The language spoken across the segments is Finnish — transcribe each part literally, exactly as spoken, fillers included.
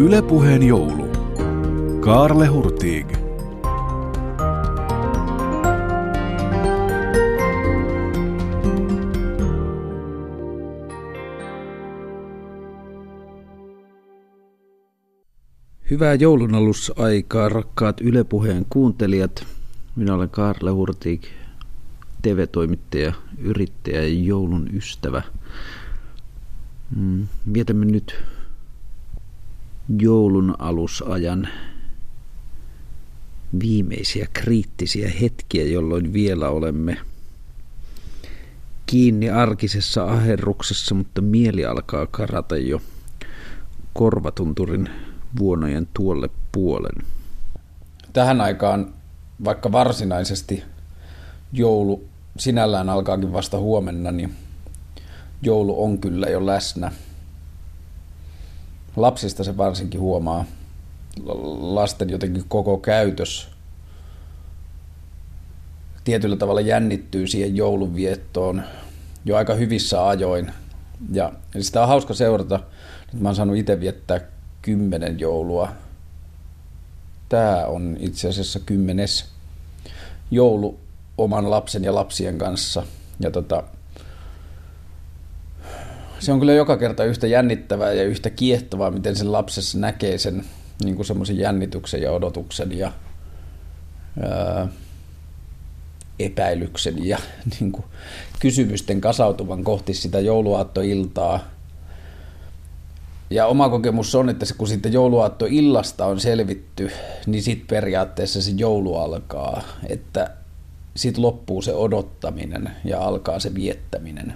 Yle Puheen joulu. Kaarle Hurtig. Hyvää joulunalusaikaa, rakkaat Yle Puheen kuuntelijat. Minä olen Kaarle Hurtig, T V-toimittaja, yrittäjä ja joulun ystävä. Vietämme nyt joulun alusajan viimeisiä kriittisiä hetkiä, jolloin vielä olemme kiinni arkisessa aherruksessa, mutta mieli alkaa karata jo Korvatunturin vuonojen tuolle puolen. Tähän aikaan, vaikka varsinaisesti joulu sinällään alkaakin vasta huomenna, niin joulu on kyllä jo läsnä. Lapsista se varsinkin huomaa. Lasten jotenkin koko käytös tietyllä tavalla jännittyy siihen joulunviettoon jo aika hyvissä ajoin. Ja sitä on hauska seurata. Nyt mä oon saanut itse viettää kymmenen joulua. Tää on itse asiassa kymmenes joulu oman lapsen ja lapsien kanssa. Ja tota, se on kyllä joka kerta yhtä jännittävää ja yhtä kiehtovaa, miten sen lapsessa näkee sen niin kuin semmoisen jännityksen ja odotuksen ja ää, epäilyksen ja niin kuin kysymysten kasautuvan kohti sitä jouluaattoiltaa. Ja oma kokemus on, että se, kun sitten jouluaattoillasta on selvitty, niin sitten periaatteessa se joulu alkaa, että sitten loppuu se odottaminen ja alkaa se viettäminen.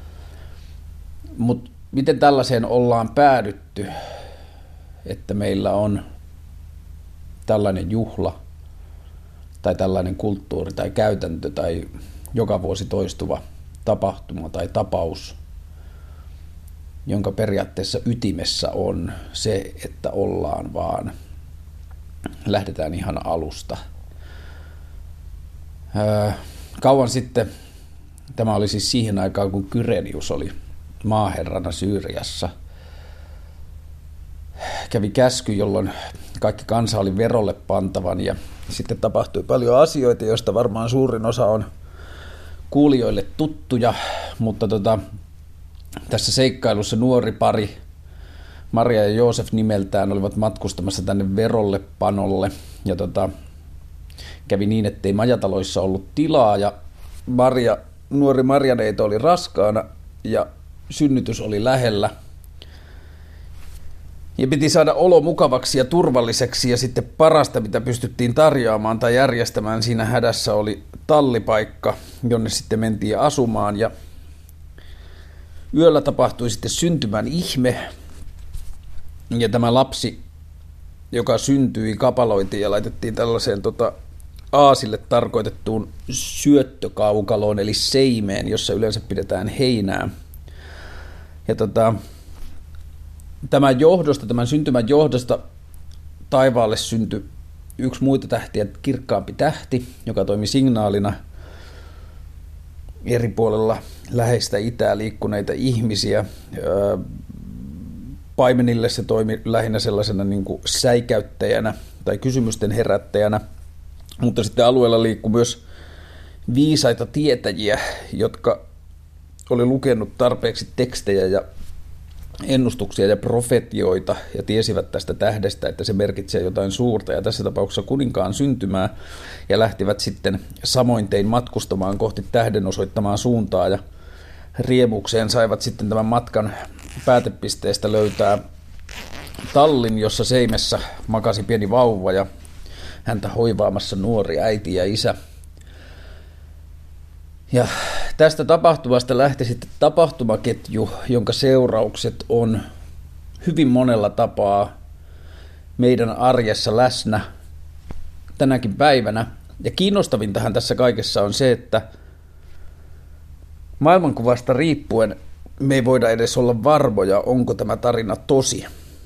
Mutta miten tällaiseen ollaan päädytty, että meillä on tällainen juhla tai tällainen kulttuuri tai käytäntö tai joka vuosi toistuva tapahtuma tai tapaus, jonka periaatteessa ytimessä on se, että ollaan vaan, lähdetään ihan alusta. Öö, kauan sitten, tämä oli siis siihen aikaan, kun Kyrenius oli maaherrana Syyriassa, kävi käsky, jolloin kaikki kansa oli verolle pantavan ja sitten tapahtui paljon asioita, joista varmaan suurin osa on kuulijoille tuttuja, mutta tota, tässä seikkailussa nuori pari, Maria ja Joosef nimeltään, olivat matkustamassa tänne verolle panolle ja tota, kävi niin, ettei majataloissa ollut tilaa ja Maria, nuori Marjaneito oli raskaana ja synnytys oli lähellä. Ja piti saada olo mukavaksi ja turvalliseksi ja sitten parasta, mitä pystyttiin tarjoamaan tai järjestämään siinä hädässä, oli tallipaikka, jonne sitten mentiin asumaan. Ja yöllä tapahtui sitten syntymän ihme ja tämä lapsi, joka syntyi, kapaloitiin ja laitettiin tällaiseen tota, aasille tarkoitettuun syöttökaukaloon eli seimeen, jossa yleensä pidetään heinää. Ja tota, tämän johdosta, tämän syntymän johdosta taivaalle syntyi yksi muita tähtiä, kirkkaampi tähti, joka toimi signaalina eri puolella läheistä itää liikkuneita ihmisiä. Paimenille se toimi lähinnä sellaisena niin kuin säikäyttäjänä tai kysymysten herättäjänä, mutta sitten alueella liikkui myös viisaita tietäjiä, jotka oli lukenut tarpeeksi tekstejä ja ennustuksia ja profetioita ja tiesivät tästä tähdestä, että se merkitsee jotain suurta ja tässä tapauksessa kuninkaan syntymää ja lähtivät sitten samoin tein matkustamaan kohti tähden osoittamaa suuntaa ja riemukseen saivat sitten tämän matkan päätepisteestä löytää tallin, jossa seimessä makasi pieni vauva ja häntä hoivaamassa nuori äiti ja isä. Ja tästä tapahtumasta lähti sitten tapahtumaketju, jonka seuraukset on hyvin monella tapaa meidän arjessa läsnä tänäkin päivänä. Ja kiinnostavintahan tässä kaikessa on se, että maailmankuvasta riippuen me ei voida edes olla varmoja, onko tämä tarina tosi.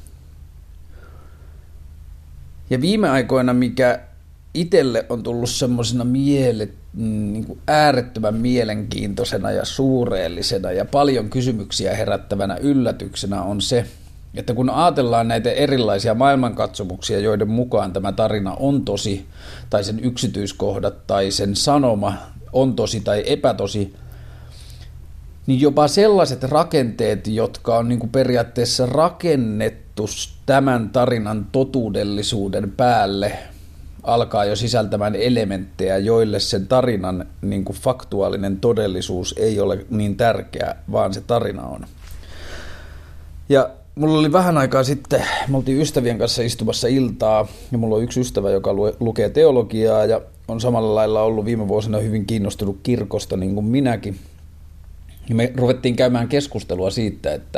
Ja viime aikoina, mikä itselle on tullut semmoisena miele, niin kuin äärettömän mielenkiintoisena ja suureellisena ja paljon kysymyksiä herättävänä yllätyksenä on se, Että kun ajatellaan näitä erilaisia maailmankatsomuksia, joiden mukaan tämä tarina on tosi, tai sen yksityiskohdat, tai sen sanoma on tosi tai epätosi, niin jopa sellaiset rakenteet, jotka on niin kuin periaatteessa rakennettu tämän tarinan totuudellisuuden päälle, alkaa jo sisältämään elementtejä, joille sen tarinan niin kuin faktuaalinen todellisuus ei ole niin tärkeä, vaan se tarina on. Ja mulla oli vähän aikaa sitten, me oltiin ystävien kanssa istumassa iltaa, ja mulla on yksi ystävä, joka lukee teologiaa, ja on samalla lailla ollut viime vuosina hyvin kiinnostunut kirkosta, niin kuin minäkin. Ja me ruvettiin käymään keskustelua siitä, että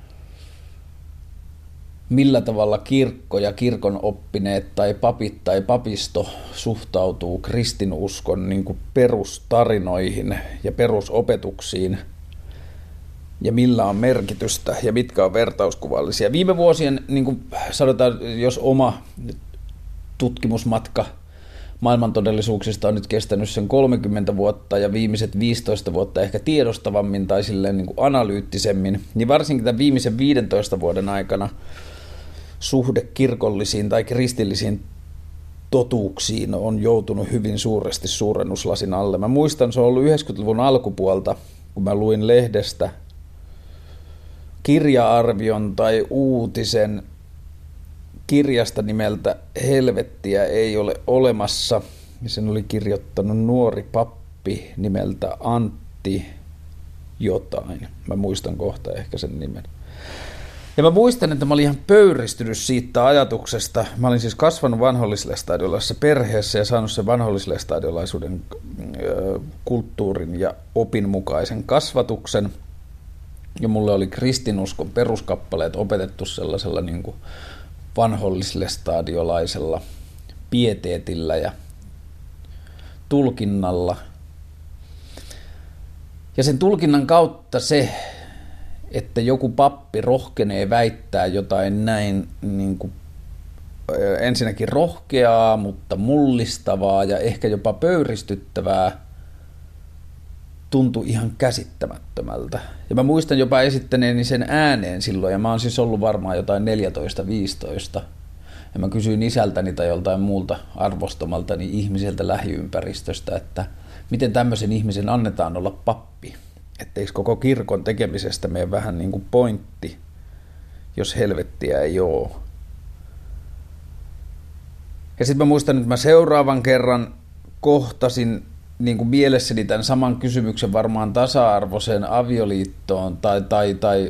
millä tavalla kirkko ja kirkon oppineet tai papit tai papisto suhtautuu kristinuskon niin kuin perustarinoihin ja perusopetuksiin ja millä on merkitystä ja mitkä on vertauskuvallisia. Viime vuosien, niin kuin sanotaan, jos oma tutkimusmatka maailmantodellisuuksista on nyt kestänyt sen kolmekymmentä vuotta ja viimeiset viisitoista vuotta ehkä tiedostavammin tai silleen niin kuin analyyttisemmin, niin varsinkin tämän viimeisen viidentoista vuoden aikana suhde kirkollisiin tai kristillisiin totuuksiin on joutunut hyvin suuresti suurennuslasin alle. Mä muistan, se on ollut yhdeksänkymmentäluvun alkupuolta, kun mä luin lehdestä kirja-arvion tai uutisen kirjasta nimeltä Helvettiä ei ole olemassa. Ja sen oli kirjoittanut nuori pappi nimeltä Antti jotain. Mä muistan kohta ehkä sen nimen. Ja mä muistan, että mä olin ihan pöyristynyt siitä ajatuksesta. Mä olin siis kasvanut vanhollislestadiolaisessa perheessä ja saanut sen vanhollislestadiolaisuuden kulttuurin ja opinmukaisen kasvatuksen. Ja mulle oli kristinuskon peruskappaleet opetettu sellaisella niin kuin vanhollislestadiolaisella pieteetillä ja tulkinnalla. Ja sen tulkinnan kautta se, että joku pappi rohkenee väittää jotain näin niin kuin, ensinnäkin rohkeaa, mutta mullistavaa ja ehkä jopa pöyristyttävää, tuntui ihan käsittämättömältä. Ja mä muistan jopa esittäneeni sen ääneen silloin, ja mä oon siis ollut varmaan jotain neljätoista viisitoista. Ja mä kysyin isältäni tai joltain muulta arvostamaltani ihmiseltä lähiympäristöstä, että miten tämmöisen ihmisen annetaan olla pappi. Etteikö koko kirkon tekemisestä mene vähän niin kuin pointti, jos helvettiä ei ole. Ja sitten mä muistan, että mä seuraavan kerran kohtasin niin kuin mielessäni tämän saman kysymyksen varmaan tasa-arvoiseen avioliittoon tai, tai, tai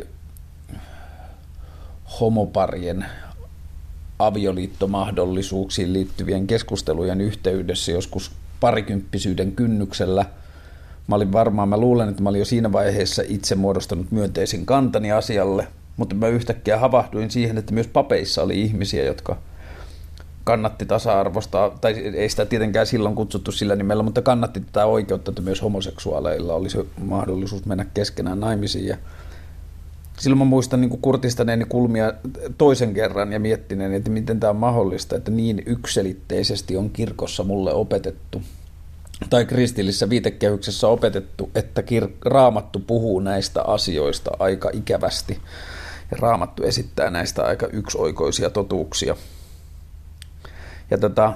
homoparien avioliittomahdollisuuksiin liittyvien keskustelujen yhteydessä joskus parikymppisyyden kynnyksellä. Mä olin varmaan, mä luulen, että mä olin jo siinä vaiheessa itse muodostanut myönteisin kantani asialle, mutta mä yhtäkkiä havahduin siihen, että myös papeissa oli ihmisiä, jotka kannatti tasa-arvosta, tai ei sitä tietenkään silloin kutsuttu sillä nimellä, mutta kannatti tätä oikeutta, että myös homoseksuaaleilla olisi mahdollisuus mennä keskenään naimisiin. Ja silloin mä muistan niin kuin kurtistaneeni kulmia toisen kerran ja miettineeni, että miten tämä on mahdollista, että niin yksiselitteisesti on kirkossa mulle opetettu, tai kristillisessä viitekehyksessä opetettu, että kir- Raamattu puhuu näistä asioista aika ikävästi, ja Raamattu esittää näistä aika yksioikoisia totuuksia. Ja tota,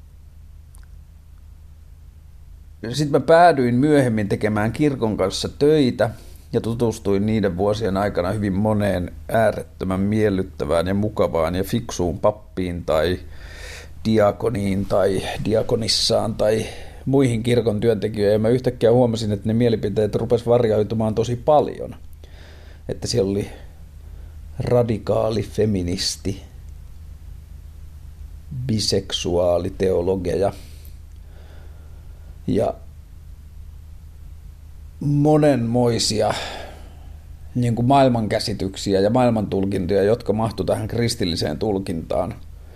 sitten mä päädyin myöhemmin tekemään kirkon kanssa töitä ja tutustuin niiden vuosien aikana hyvin moneen äärettömän miellyttävään ja mukavaan ja fiksuun pappiin tai diakoniin tai diakonissaan tai muihin kirkon työntekijöihin. Ja mä yhtäkkiä huomasin, että ne mielipiteet rupes varjautumaan tosi paljon. Että siellä oli radikaali feministi, biseksuaaliteologeja ja monenmoisia niin kuin maailmankäsityksiä ja maailmantulkintoja, jotka mahtu tähän kristilliseen tulkintaan.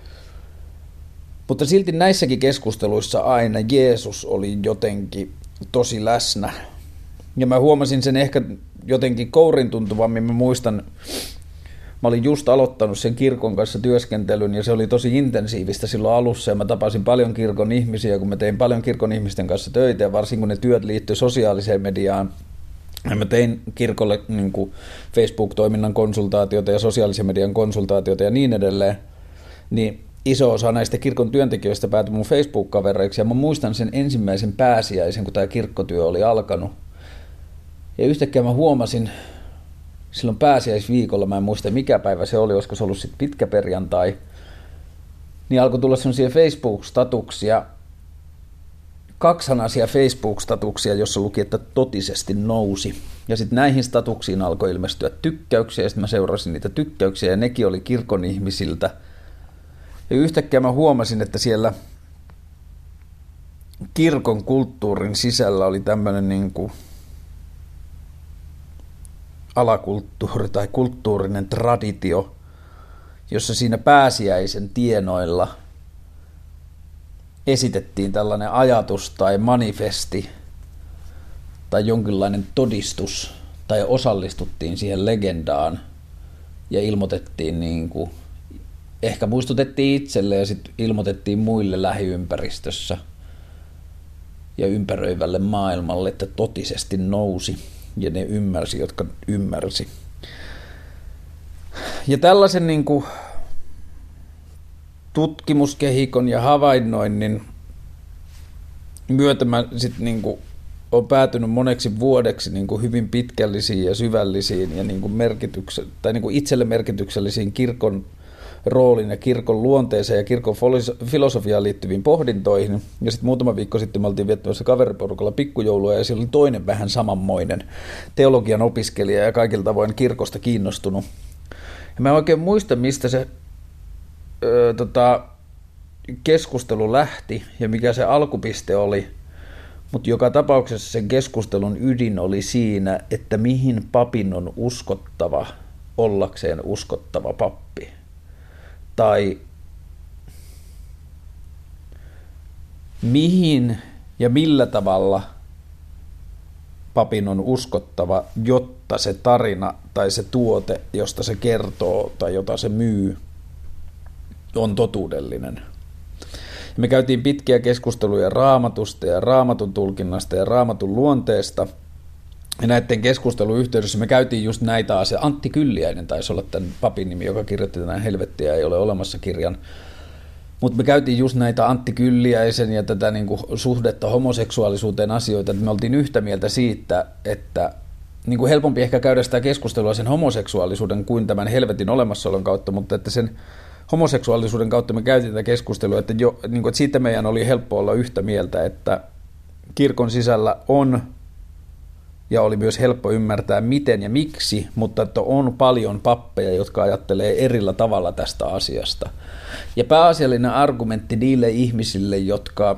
Mutta silti näissäkin keskusteluissa aina Jeesus oli jotenkin tosi läsnä. Ja mä huomasin sen ehkä jotenkin kourin tuntuvammin. Mä muistan, mä olin just aloittanut sen kirkon kanssa työskentelyn ja se oli tosi intensiivistä silloin alussa ja mä tapasin paljon kirkon ihmisiä, kun mä tein paljon kirkon ihmisten kanssa töitä ja varsinkin kun ne työt liittyi sosiaaliseen mediaan, Ja mä tein kirkolle niin kuin Facebook-toiminnan konsultaatiota ja sosiaalisen median konsultaatiota ja niin edelleen, niin iso osa näistä kirkon työntekijöistä päätyi mun Facebook-kavereiksi, ja mä muistan sen ensimmäisen pääsiäisen, kun tämä kirkkotyö oli alkanut. Ja yhtäkkiä mä huomasin, silloin pääsiäisviikolla, mä en muista mikä päivä se oli, olisiko se ollut sitten pitkä perjantai, niin alkoi tulla sellaisia Facebook-statuksia, kaksanaisia Facebook-statuksia, jossa luki, että totisesti nousi. Ja sitten näihin statuksiin alkoi ilmestyä tykkäyksiä, ja sitten mä seurasin niitä tykkäyksiä, ja nekin oli kirkon ihmisiltä. Ja yhtäkkiä mä huomasin, että siellä kirkon kulttuurin sisällä oli tämmöinen niin kuin alakulttuuri tai kulttuurinen traditio, jossa siinä pääsiäisen tienoilla esitettiin tällainen ajatus tai manifesti tai jonkinlainen todistus tai osallistuttiin siihen legendaan ja ilmoitettiin niin kuin, ehkä muistutettiin itselle ja sitten ilmoitettiin muille lähiympäristössä ja ympäröivälle maailmalle, että totisesti nousi ja ne ymmärsi, jotka ymmärsi. Ja tällaisen niin kuin tutkimuskehikon ja havainnoinnin myötä mä sitten niin kuin olen päätynyt moneksi vuodeksi niin kuin hyvin pitkällisiin ja syvällisiin ja niin kuin merkitykse- tai niin kuin itselle merkityksellisiin kirkon roolin ja kirkon luonteeseen ja kirkon filosofiaan liittyviin pohdintoihin. Ja sitten muutama viikko sitten me oltiin viettämässä kaveriporukalla pikkujoulua ja siellä oli toinen vähän samanmoinen teologian opiskelija ja kaikilla tavoin kirkosta kiinnostunut. Ja mä en oikein muista, mistä se öö, tota, keskustelu lähti ja mikä se alkupiste oli, mutta joka tapauksessa sen keskustelun ydin oli siinä, että mihin papin on uskottava ollakseen uskottava pappi. Tai mihin ja millä tavalla papin on uskottava, jotta se tarina tai se tuote, josta se kertoo tai jota se myy, on totuudellinen. Me käytiin pitkiä keskusteluja Raamatusta ja Raamatun tulkinnasta ja Raamatun luonteesta. Ja näiden keskustelun yhteydessä me käytiin just näitä asioita. Antti Kylliäinen taisi olla tämän papin nimi, joka kirjoitti tänään Helvettiä, ei ole olemassa kirjan. Mutta me käytiin just näitä Antti Kylliäisen ja tätä niinku suhdetta homoseksuaalisuuteen asioita, että me oltiin yhtä mieltä siitä, että niinku helpompi ehkä käydä sitä keskustelua sen homoseksuaalisuuden kuin tämän helvetin olemassaolon kautta, mutta että sen homoseksuaalisuuden kautta me käytiin tätä keskustelua, että, jo, niinku, että siitä meidän oli helppo olla yhtä mieltä, että kirkon sisällä on ja oli myös helppo ymmärtää miten ja miksi, mutta että on paljon pappeja, jotka ajattelee erillä tavalla tästä asiasta. Ja pääasiallinen argumentti niille ihmisille, jotka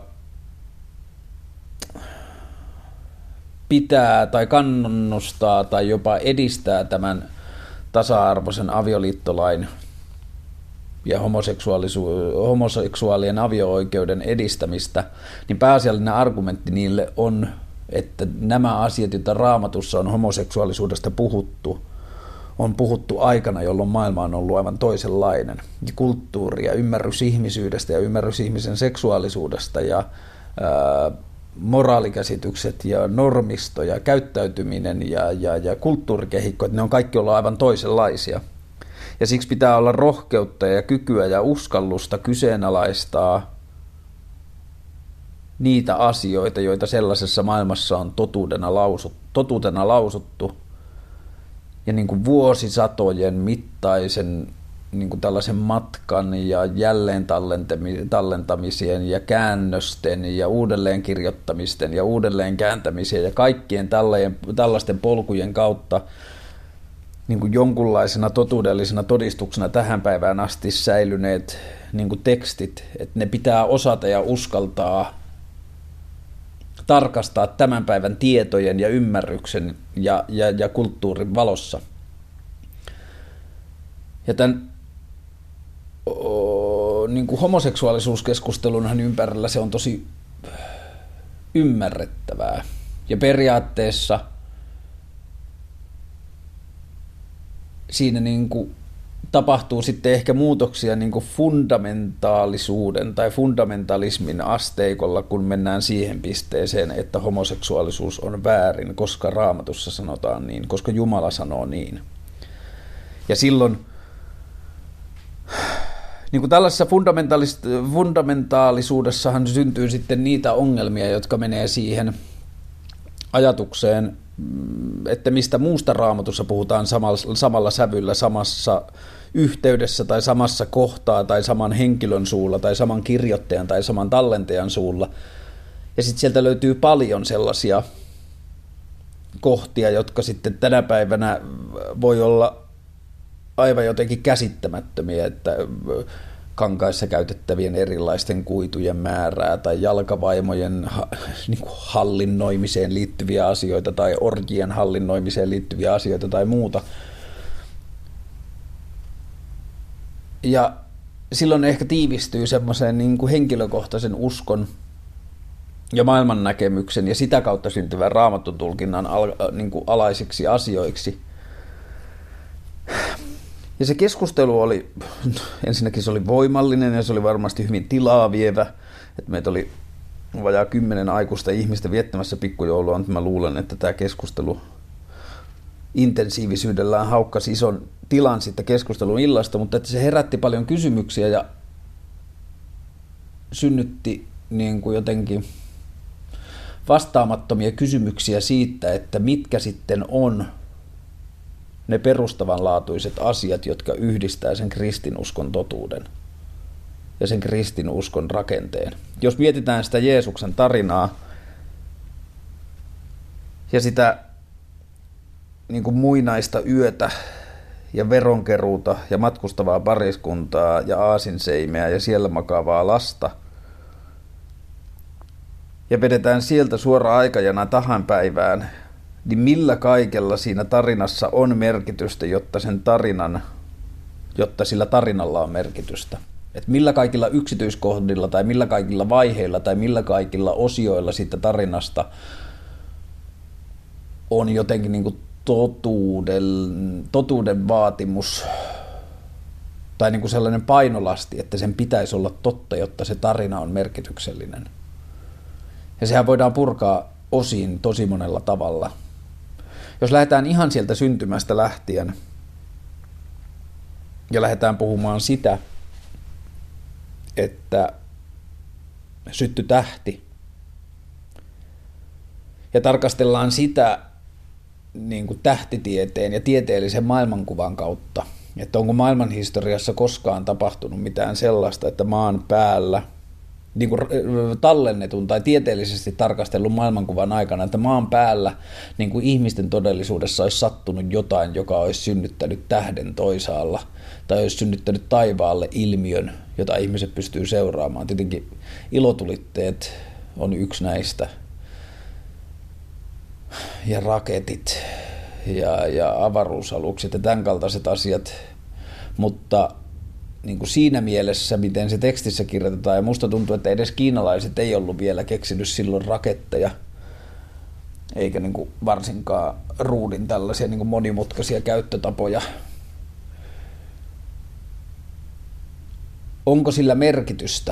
pitää tai kannustaa tai jopa edistää tämän tasa-arvoisen avioliittolain ja homoseksuaalisuu- homoseksuaalien avio-oikeuden edistämistä, niin pääasiallinen argumentti niille on, että nämä asiat, joita Raamatussa on homoseksuaalisuudesta puhuttu, on puhuttu aikana, jolloin maailma on ollut aivan toisenlainen. Ja kulttuuri ja ymmärrys ihmisyydestä ja ymmärrys ihmisen seksuaalisuudesta ja ää, moraalikäsitykset ja normisto ja käyttäytyminen ja, ja, ja kulttuurikehikko, että ne on kaikki ollut aivan toisenlaisia. Ja siksi pitää olla rohkeutta ja kykyä ja uskallusta kyseenalaistaa niitä asioita, joita sellaisessa maailmassa on totuutena lausuttu, totuutena lausuttu ja niin kuin vuosisatojen mittaisen niin kuin tällaisen matkan ja jälleen tallentamisien ja käännösten ja uudelleenkirjoittamisten ja uudelleen kääntämisien ja kaikkien tällaisten polkujen kautta niin kuin jonkunlaisena totuudellisena todistuksena tähän päivään asti säilyneet niin kuin tekstit, että ne pitää osata ja uskaltaa tarkastaa tämän päivän tietojen ja ymmärryksen ja, ja, ja kulttuurin valossa. Ja tämän o, niin kuin homoseksuaalisuuskeskustelunhan ympärillä se on tosi ymmärrettävää. Ja periaatteessa siinä niin kuin tapahtuu sitten ehkä muutoksia niin kuin fundamentaalisuuden tai fundamentalismin asteikolla, kun mennään siihen pisteeseen, että homoseksuaalisuus on väärin, koska Raamatussa sanotaan niin, koska Jumala sanoo niin. Ja silloin niin kuin tällaisessa fundamentalis- fundamentaalisuudessahan syntyy sitten niitä ongelmia, jotka menee siihen ajatukseen, että mistä muusta Raamatussa puhutaan samalla, samalla sävyllä, samassa yhteydessä tai samassa kohtaa tai saman henkilön suulla tai saman kirjoittajan tai saman tallentajan suulla. Ja sitten sieltä löytyy paljon sellaisia kohtia, jotka sitten tänä päivänä voi olla aivan jotenkin käsittämättömiä, että kankaissa käytettävien erilaisten kuitujen määrää tai jalkavaimojen niin kuin hallinnoimiseen liittyviä asioita tai orjien hallinnoimiseen liittyviä asioita tai muuta. Ja silloin ehkä tiivistyy semmoiseen niin kuin henkilökohtaisen uskon ja maailmannäkemyksen ja sitä kautta syntyvän Raamatun tulkinnan al, niin kuin alaisiksi asioiksi. Ja se keskustelu oli, ensinnäkin se oli voimallinen ja se oli varmasti hyvin tilaa vievä, että meitä oli vajaa kymmenen aikuista ihmistä viettämässä pikkujoulua, mutta mä luulen, että tämä keskustelu intensiivisyydellään haukkasi ison tilan sitten keskustelun illasta, mutta että se herätti paljon kysymyksiä ja synnytti niin kuin jotenkin vastaamattomia kysymyksiä siitä, että mitkä sitten on ne perustavanlaatuiset asiat, jotka yhdistää sen kristinuskon totuuden ja sen kristinuskon rakenteen. Jos mietitään sitä Jeesuksen tarinaa ja sitä niin kuin muinaista yötä ja veronkeruuta ja matkustavaa pariskuntaa ja aasinseimeä ja siellä makaavaa lasta, ja vedetään sieltä suora aikajana tähän päivään, niin millä kaikella siinä tarinassa on merkitystä, jotta sen tarinan, jotta sillä tarinalla on merkitystä. Et millä kaikilla yksityiskohdilla tai millä kaikilla vaiheilla tai millä kaikilla osioilla siitä tarinasta on jotenkin niin kuin totuuden, totuuden vaatimus tai niin kuin sellainen painolasti, että sen pitäisi olla totta, jotta se tarina on merkityksellinen. Ja sehän voidaan purkaa osiin tosi monella tavalla. Jos lähdetään ihan sieltä syntymästä lähtien ja lähdetään puhumaan sitä, että syttyi tähti ja tarkastellaan sitä niin kuin tähtitieteen ja tieteellisen maailmankuvan kautta, että onko maailmanhistoriassa koskaan tapahtunut mitään sellaista, että maan päällä niin kuin tallennetun tai tieteellisesti tarkastellun maailmankuvan aikana, että maan päällä niin kuin ihmisten todellisuudessa olisi sattunut jotain, joka olisi synnyttänyt tähden toisaalla tai olisi synnyttänyt taivaalle ilmiön, jota ihmiset pystyy seuraamaan. Tietenkin ilotulitteet on yksi näistä ja raketit ja, ja avaruusalukset ja tämän kaltaiset asiat, mutta niin kuin siinä mielessä, miten se tekstissä kirjoitetaan, ja musta tuntuu, että edes kiinalaiset ei ollut vielä keksinyt silloin raketteja, eikä niin kuin varsinkaan ruudin tällaisia niin kuin monimutkaisia käyttötapoja. Onko sillä merkitystä?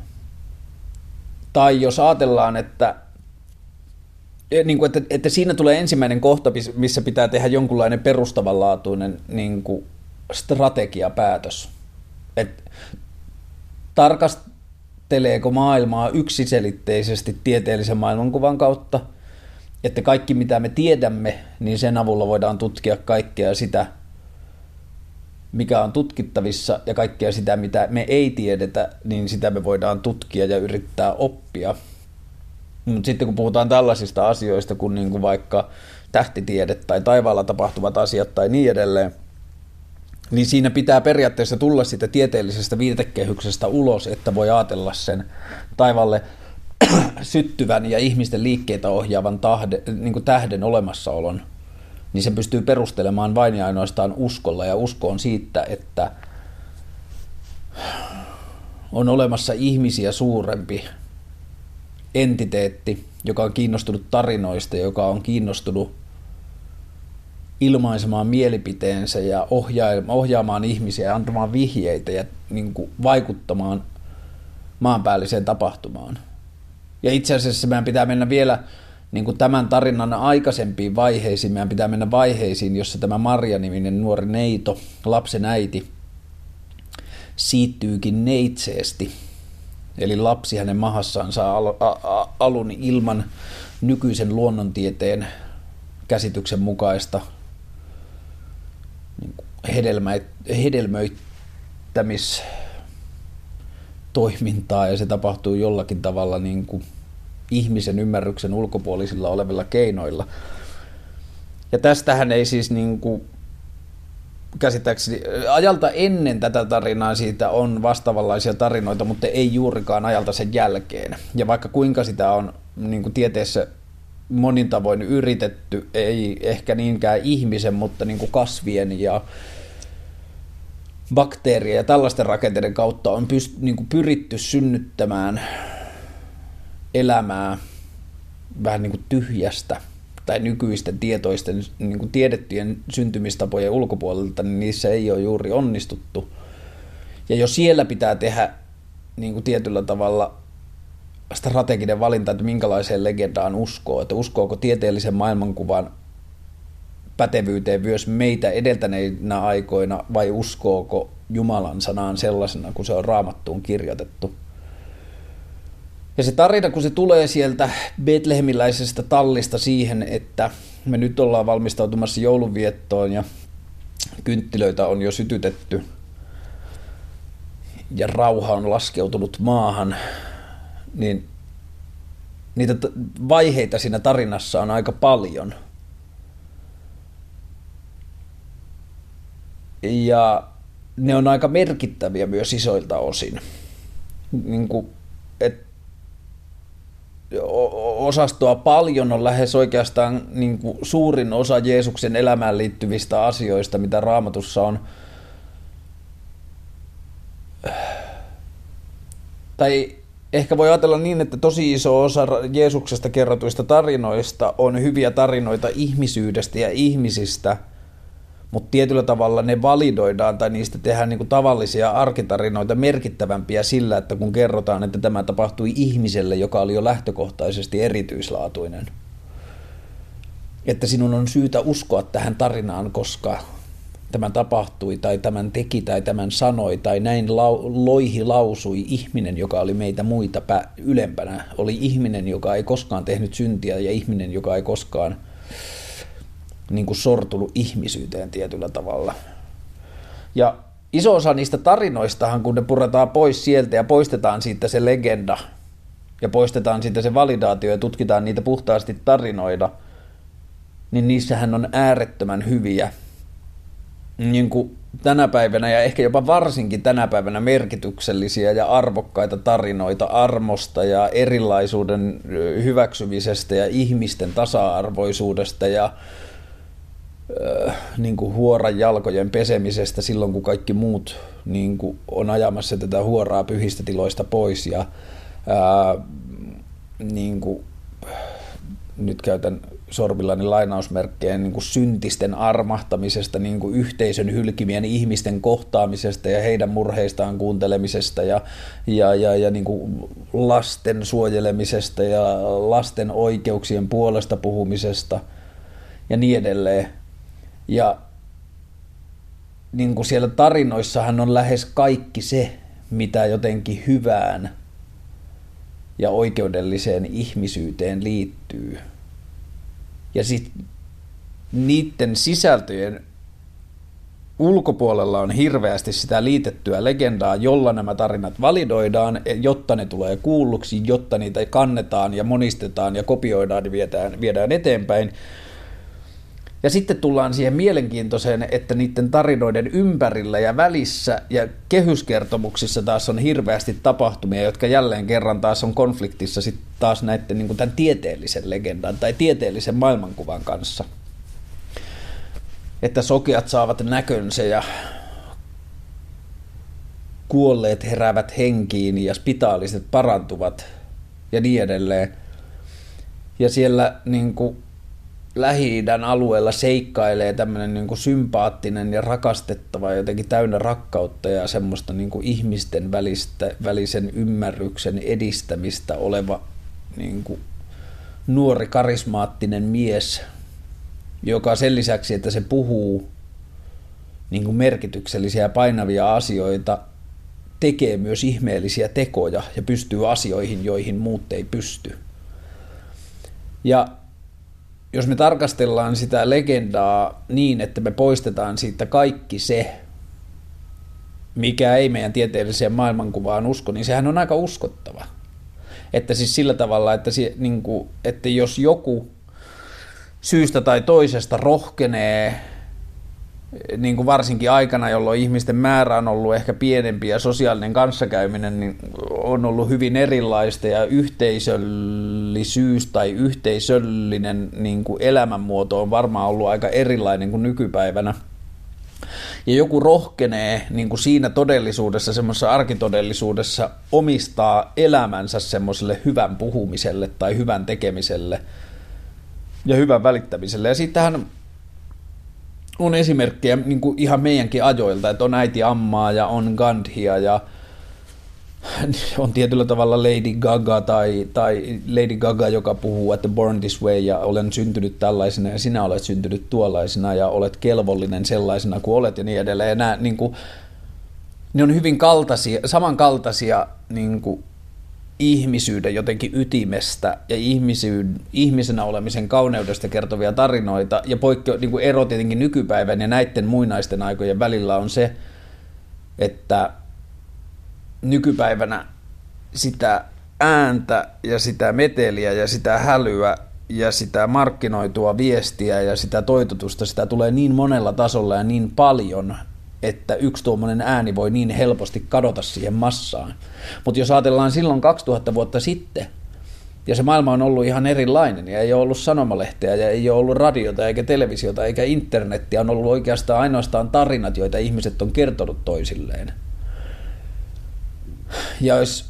Tai jos ajatellaan, että, niin kuin, että, että siinä tulee ensimmäinen kohta, missä pitää tehdä jonkunlainen perustavanlaatuinen niin kuin strategiapäätös. Että tarkasteleeko maailmaa yksiselitteisesti tieteellisen maailmankuvan kautta, että kaikki mitä me tiedämme, niin sen avulla voidaan tutkia kaikkea sitä, mikä on tutkittavissa, ja kaikkea sitä, mitä me ei tiedetä, niin sitä me voidaan tutkia ja yrittää oppia. Mutta sitten kun puhutaan tällaisista asioista kuin, niin kuin vaikka tähtitiede tai taivaalla tapahtuvat asiat tai niin edelleen, niin siinä pitää periaatteessa tulla sitä tieteellisestä viitekehyksestä ulos, että voi ajatella sen taivaalle syttyvän ja ihmisten liikkeitä ohjaavan tahde, niin kuin tähden olemassaolon, niin se pystyy perustelemaan vain ja ainoastaan uskolla, ja usko on siitä, että on olemassa ihmisiä suurempi entiteetti, joka on kiinnostunut tarinoista, joka on kiinnostunut ilmaisemaan mielipiteensä ja ohjaamaan ihmisiä ja antamaan vihjeitä ja niin kuin vaikuttamaan maanpäälliseen tapahtumaan. Ja itse asiassa meidän pitää mennä vielä niin kuin tämän tarinan aikaisempiin vaiheisiin. Meidän pitää mennä vaiheisiin, jossa tämä Marja-niminen nuori neito, lapsen äiti, siittyykin neitseesti. Eli lapsi hänen mahassaan saa al- a- alun ilman nykyisen luonnontieteen käsityksen mukaista niin kuin hedelmä, hedelmöittämistoimintaa, ja se tapahtuu jollakin tavalla niin kuin ihmisen ymmärryksen ulkopuolisilla olevilla keinoilla. Ja tästähän ei siis niin kuin käsittääkseni ajalta ennen tätä tarinaa siitä on vastaavanlaisia tarinoita, mutta ei juurikaan ajalta sen jälkeen. Ja vaikka kuinka sitä on niin kuin tieteessä monin tavoin yritetty, ei ehkä niinkään ihmisen, mutta niin kuin kasvien ja bakteerien ja tällaisten rakenteiden kautta on pyst- niin kuin pyritty synnyttämään elämää vähän niin kuin tyhjästä tai nykyisten tietoisten niin kuin tiedettyjen syntymistapojen ulkopuolelta, niin niissä ei ole juuri onnistuttu. Ja jo siellä pitää tehdä niin kuin tietyllä tavalla strateginen valinta, että minkälaiseen legendaan uskoo. Että uskooko tieteellisen maailmankuvan pätevyyteen myös meitä edeltäneinä aikoina, vai uskooko Jumalan sanaan sellaisena, kun se on Raamattuun kirjoitettu. Ja se tarina, kun se tulee sieltä betlehemiläisestä tallista siihen, että me nyt ollaan valmistautumassa joulunviettoon ja kynttilöitä on jo sytytetty ja rauha on laskeutunut maahan, niin niitä vaiheita siinä tarinassa on aika paljon. Ja ne on aika merkittäviä myös isoilta osin. Niin kuin, et osastoa paljon on lähes oikeastaan niin kuin suurin osa Jeesuksen elämään liittyvistä asioista, mitä Raamatussa on. Tai ehkä voi ajatella niin, että tosi iso osa Jeesuksesta kerrotuista tarinoista on hyviä tarinoita ihmisyydestä ja ihmisistä, mutta tietyllä tavalla ne validoidaan tai niistä tehdään niin kuin tavallisia arkitarinoita merkittävämpiä sillä, että kun kerrotaan, että tämä tapahtui ihmiselle, joka oli jo lähtökohtaisesti erityislaatuinen. Että sinun on syytä uskoa tähän tarinaan, koska tämä tapahtui tai tämän teki tai tämän sanoi tai näin lau- loihi lausui ihminen, joka oli meitä muita pä- ylempänä. Oli ihminen, joka ei koskaan tehnyt syntiä ja ihminen, joka ei koskaan niin kuin sortunut ihmisyyteen tietyllä tavalla. Ja iso osa niistä tarinoistahan, kun ne puretaan pois sieltä ja poistetaan siitä se legenda ja poistetaan siitä se validaatio ja tutkitaan niitä puhtaasti tarinoida, niin niissähän on äärettömän hyviä niin kuin tänä päivänä ja ehkä jopa varsinkin tänä päivänä merkityksellisiä ja arvokkaita tarinoita armosta ja erilaisuuden hyväksymisestä ja ihmisten tasa-arvoisuudesta ja niin kuin huoran jalkojen pesemisestä silloin, kun kaikki muut niin kuin on ajamassa tätä huoraa pyhistä tiloista pois ja ää, niin kuin, nyt käytän sormillani lainausmerkkejä niin kuin syntisten armahtamisesta, niin kuin yhteisön hylkimien ihmisten kohtaamisesta ja heidän murheistaan kuuntelemisesta ja, ja, ja, ja niin kuin lasten suojelemisesta ja lasten oikeuksien puolesta puhumisesta ja niin edelleen. Ja niin kuin siellä tarinoissahan on lähes kaikki se, mitä jotenkin hyvään ja oikeudelliseen ihmisyyteen liittyy. Ja sitten niiden sisältöjen ulkopuolella on hirveästi sitä liitettyä legendaa, jolla nämä tarinat validoidaan, jotta ne tulee kuulluksi, jotta niitä kannetaan ja monistetaan ja kopioidaan ja viedään, viedään eteenpäin. Ja sitten tullaan siihen mielenkiintoiseen, että niiden tarinoiden ympärillä ja välissä ja kehyskertomuksissa taas on hirveästi tapahtumia, jotka jälleen kerran taas on konfliktissa sitten taas näiden niin kuin tämän tieteellisen legendan tai tieteellisen maailmankuvan kanssa. Että sokeat saavat näkönsä ja kuolleet heräävät henkiin ja spitaaliset parantuvat ja niin edelleen. Ja siellä niin kuin Lähi-idän alueella seikkailee tämmöinen niin kuin sympaattinen ja rakastettava, jotenkin täynnä rakkautta ja semmoista niin kuin ihmisten välistä, välisen ymmärryksen edistämistä oleva niin kuin nuori karismaattinen mies, joka sen lisäksi, että se puhuu niin kuin merkityksellisiä ja painavia asioita, tekee myös ihmeellisiä tekoja ja pystyy asioihin, joihin muut ei pysty. Ja jos me tarkastellaan sitä legendaa niin, että me poistetaan siitä kaikki se, mikä ei meidän tieteelliseen maailmankuvaan usko, niin sehän on aika uskottava. Että siis sillä tavalla, että, se, niin kuin, että jos joku syystä tai toisesta rohkenee, niin kuin varsinkin aikana, jolloin ihmisten määrä on ollut ehkä pienempi ja sosiaalinen kanssakäyminen niin on ollut hyvin erilaista ja yhteisöllisyys tai yhteisöllinen niin kuin elämänmuoto on varmaan ollut aika erilainen kuin nykypäivänä. Ja joku rohkenee niin kuin siinä todellisuudessa, semmoisessa arkitodellisuudessa omistaa elämänsä semmoiselle hyvän puhumiselle tai hyvän tekemiselle ja hyvän välittämiselle. Ja siitähän on esimerkkejä niin kuin ihan meidänkin ajoilta, että on äiti Ammaa ja on Gandhia ja on tietyllä tavalla Lady Gaga tai, tai Lady Gaga, joka puhuu, että born this way ja olen syntynyt tällaisena ja sinä olet syntynyt tuollaisena ja olet kelvollinen sellaisena kuin olet ja niin edelleen. Ja nämä, niin kuin, ne on hyvin kaltaisia, samankaltaisia niin kuin ihmisyyden jotenkin ytimestä ja ihmisyyden, ihmisenä olemisen kauneudesta kertovia tarinoita, ja poikkeu, niin kuin ero tietenkin nykypäivän ja näiden muinaisten aikojen välillä on se, että nykypäivänä sitä ääntä ja sitä meteliä ja sitä hälyä ja sitä markkinoitua viestiä ja sitä toitotusta, sitä tulee niin monella tasolla ja niin paljon, että yksi tuommoinen ääni voi niin helposti kadota siihen massaan. Mutta jos ajatellaan silloin kaksituhatta vuotta sitten, ja se maailma on ollut ihan erilainen, ja ei ole ollut sanomalehteä, ja ei ole ollut radiota, eikä televisiota, eikä internettiä, on ollut oikeastaan ainoastaan tarinat, joita ihmiset on kertonut toisilleen. Ja, jos...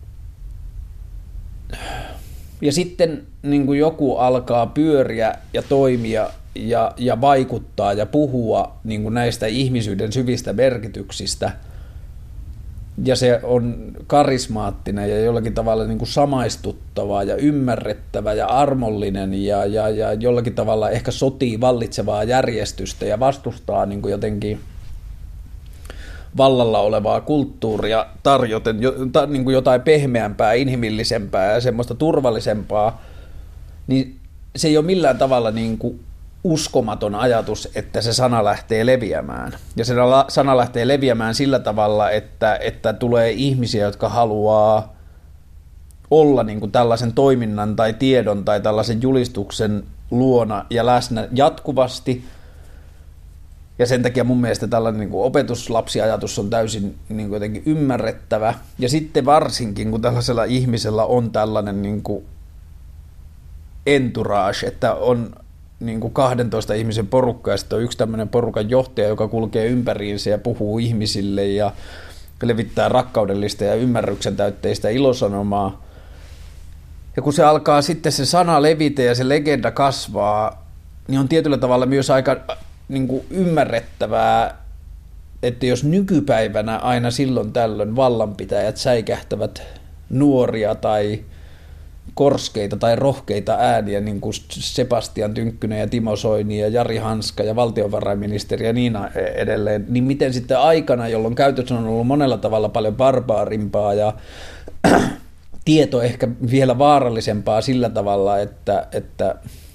ja sitten niin kuin joku alkaa pyöriä ja toimia, Ja, ja vaikuttaa ja puhua niin kuin näistä ihmisyyden syvistä merkityksistä, ja se on karismaattinen ja jollakin tavalla niin kuin samaistuttava ja ymmärrettävä ja armollinen ja, ja, ja jollakin tavalla ehkä sotii vallitsevaa järjestystä ja vastustaa niin kuin jotenkin vallalla olevaa kulttuuria tarjoten niin kuin jotain pehmeämpää, inhimillisempää ja semmoista turvallisempaa, niin se ei ole millään tavalla niin kuin uskomaton ajatus, että se sana lähtee leviämään. Ja se sana lähtee leviämään sillä tavalla, että, että tulee ihmisiä, jotka haluaa olla niin kuin tällaisen toiminnan tai tiedon tai tällaisen julistuksen luona ja läsnä jatkuvasti. Ja sen takia mun mielestä tällainen niin kuin opetuslapsiajatus on täysin niin kuin jotenkin ymmärrettävä. Ja sitten varsinkin, kun tällaisella ihmisellä on tällainen niin kuin entourage, että on niin kuin kahdentoista ihmisen porukka, ja sitten on yksi tämmöinen porukan johtaja, joka kulkee ympäriinsä ja puhuu ihmisille ja levittää rakkaudellista ja ymmärryksen täytteistä ilosanomaa. Ja kun se alkaa sitten se sana levitä ja se legenda kasvaa, niin on tietyllä tavalla myös aika niin kuin ymmärrettävää, että jos nykypäivänä aina silloin tällöin vallanpitäjät säikähtävät nuoria tai korskeita tai rohkeita ääniä, niin kuin Sebastian Tynkkynen ja Timo Soini ja Jari Hanska ja valtiovarainministeri ja niin edelleen, niin miten sitten aikana, jolloin käytös on ollut monella tavalla paljon barbaarimpaa ja tieto ehkä vielä vaarallisempaa sillä tavalla, että, että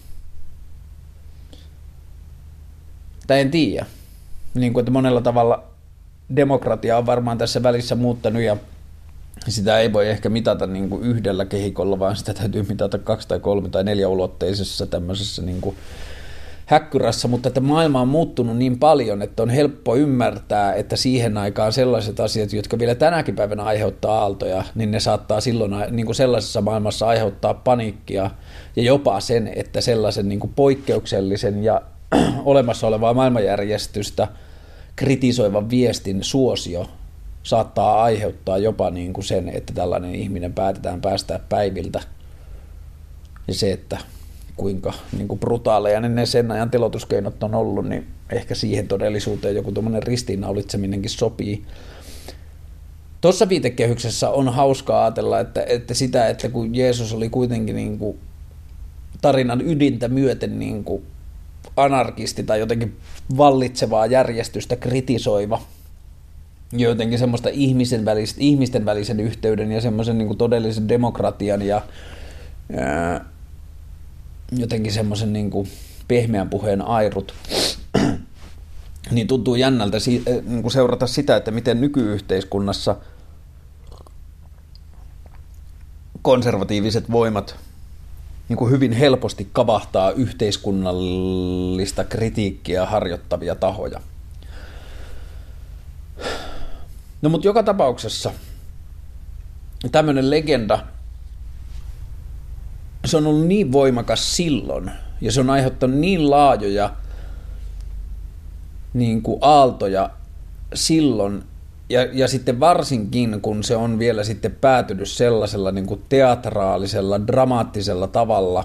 tai en tiedä, niin kuin, että monella tavalla demokratia on varmaan tässä välissä muuttanut ja sitä ei voi ehkä mitata niin kuin yhdellä kehikolla, vaan sitä täytyy mitata kaksi tai kolme tai neljä ulotteisessa tämmöisessä niin kuin häkkyrässä, mutta että maailma on muuttunut niin paljon, että on helppo ymmärtää, että siihen aikaan sellaiset asiat, jotka vielä tänäkin päivänä aiheuttaa aaltoja, niin ne saattaa silloin niin kuin sellaisessa maailmassa aiheuttaa paniikkia ja jopa sen, että sellaisen niin kuin poikkeuksellisen ja olemassa olevaa maailmanjärjestystä kritisoivan viestin suosio saattaa aiheuttaa jopa niin kuin sen, että tällainen ihminen päätetään päästää päiviltä. Ja se, että kuinka niin kuin brutaaleja ne sen ajan teloituskeinot on ollut, niin ehkä siihen todellisuuteen joku tuommoinen ristiinnaulitseminenkin sopii. Tuossa viitekehyksessä on hauskaa ajatella, että, että sitä, että kun Jeesus oli kuitenkin niin kuin tarinan ydintä myöten niin kuin anarkisti tai jotenkin vallitsevaa järjestystä kritisoiva, jotenkin semmoista ihmisen välistä, ihmisten välisen yhteyden ja semmoisen niin kuin todellisen demokratian ja ää, jotenkin semmoisen niin kuin pehmeän puheen airut, niin tuntuu jännältä niin kuin seurata sitä, että miten nykyyhteiskunnassa konservatiiviset voimat niin kuin hyvin helposti kavahtaa yhteiskunnallista kritiikkiä harjoittavia tahoja. No mutta joka tapauksessa tämmöinen legenda, se on ollut niin voimakas silloin, ja se on aiheuttanut niin laajoja niin kuin aaltoja silloin, ja, ja sitten varsinkin, kun se on vielä sitten päätynyt sellaisella niin kuin teatraalisella, dramaattisella tavalla,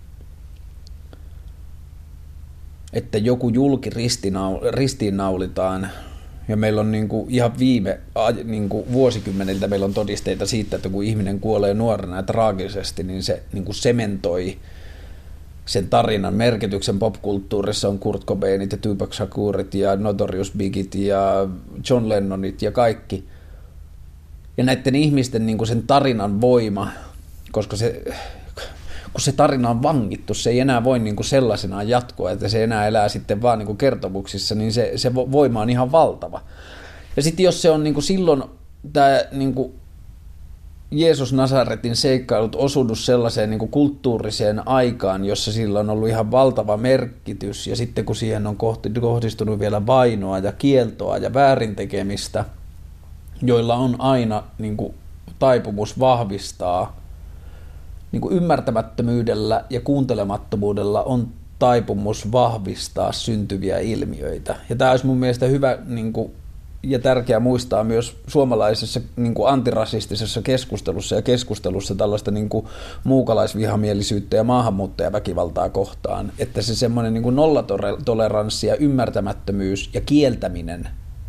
että joku julki ristiinnaulitaan, ja meillä on niin kuin ihan viime niin kuin vuosikymmeniltä meillä on todisteita siitä, että kun ihminen kuolee nuorena ja traagisesti, niin se niin kuin sementoi sen tarinan merkityksen popkulttuurissa. On Kurt Cobainit ja Tupac Shakurit ja Notorious Bigit ja John Lennonit ja kaikki. Ja näiden ihmisten niin kuin sen tarinan voima, koska se, kun se tarina on vangittu, se ei enää voi niin kuin sellaisenaan jatkoa, että se enää elää sitten vaan niin kuin kertomuksissa, niin se, se voima on ihan valtava. Ja sitten jos se on niin kuin silloin tämä niin kuin Jeesus Nasaretin seikkailut osunut sellaiseen niin kuin kulttuuriseen aikaan, jossa sillä on ollut ihan valtava merkitys, ja sitten kun siihen on kohdistunut vielä vainoa ja kieltoa ja väärintekemistä, joilla on aina niin kuin taipumus vahvistaa, niin kuin ymmärtämättömyydellä ja kuuntelemattomuudella on taipumus vahvistaa syntyviä ilmiöitä. Ja tämä olisi mun mielestä hyvä niin kuin ja tärkeää muistaa myös suomalaisessa niin kuin antirasistisessa keskustelussa ja keskustelussa tällaista niin kuin muukalaisvihamielisyyttä ja maahanmuuttajaväkivaltaa kohtaan, että se semmoinen niin kuin nollatoleranssi ja ymmärtämättömyys ja kieltäminen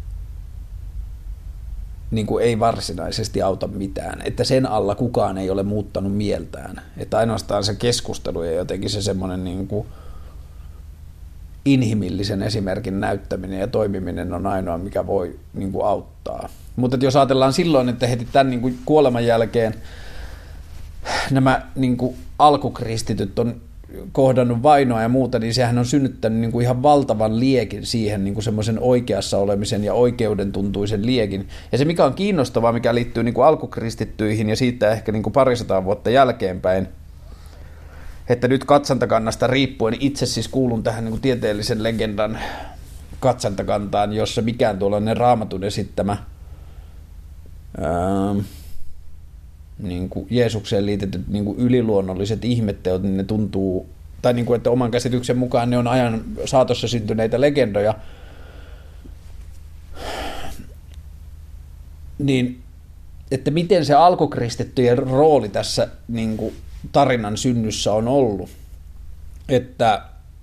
niin kuin ei varsinaisesti auta mitään, että sen alla kukaan ei ole muuttanut mieltään, että ainoastaan se keskustelu ja jotenkin se semmoinen niin kuin inhimillisen esimerkin näyttäminen ja toimiminen on ainoa, mikä voi niin kuin auttaa. Mutta jos ajatellaan silloin, että heti tämän niin kuin kuoleman jälkeen nämä niin kuin alkukristityt on kohdannut vainoa ja muuta, niin sehän on synnyttänyt niin kuin ihan valtavan liekin siihen niin kuin semmoisen oikeassa olemisen ja oikeuden tuntuisen liekin. Ja se, mikä on kiinnostavaa, mikä liittyy niin kuin alkukristittyihin ja siitä ehkä niin kuin parisataa vuotta jälkeenpäin, että nyt katsantakannasta riippuen, itse siis kuulun tähän niin kuin tieteellisen legendan katsantakantaan, jossa mikään tuollainen Raamatun esittämä ää, niin kuin Jeesukseen liitetyt niin kuin yliluonnolliset ihmetteot, niin ne tuntuu, tai niin kuin, että oman käsityksen mukaan ne on ajan saatossa syntyneitä legendoja, niin että miten se alkukristittyjen rooli tässä niin kuin tarinan synnyssä on ollut, että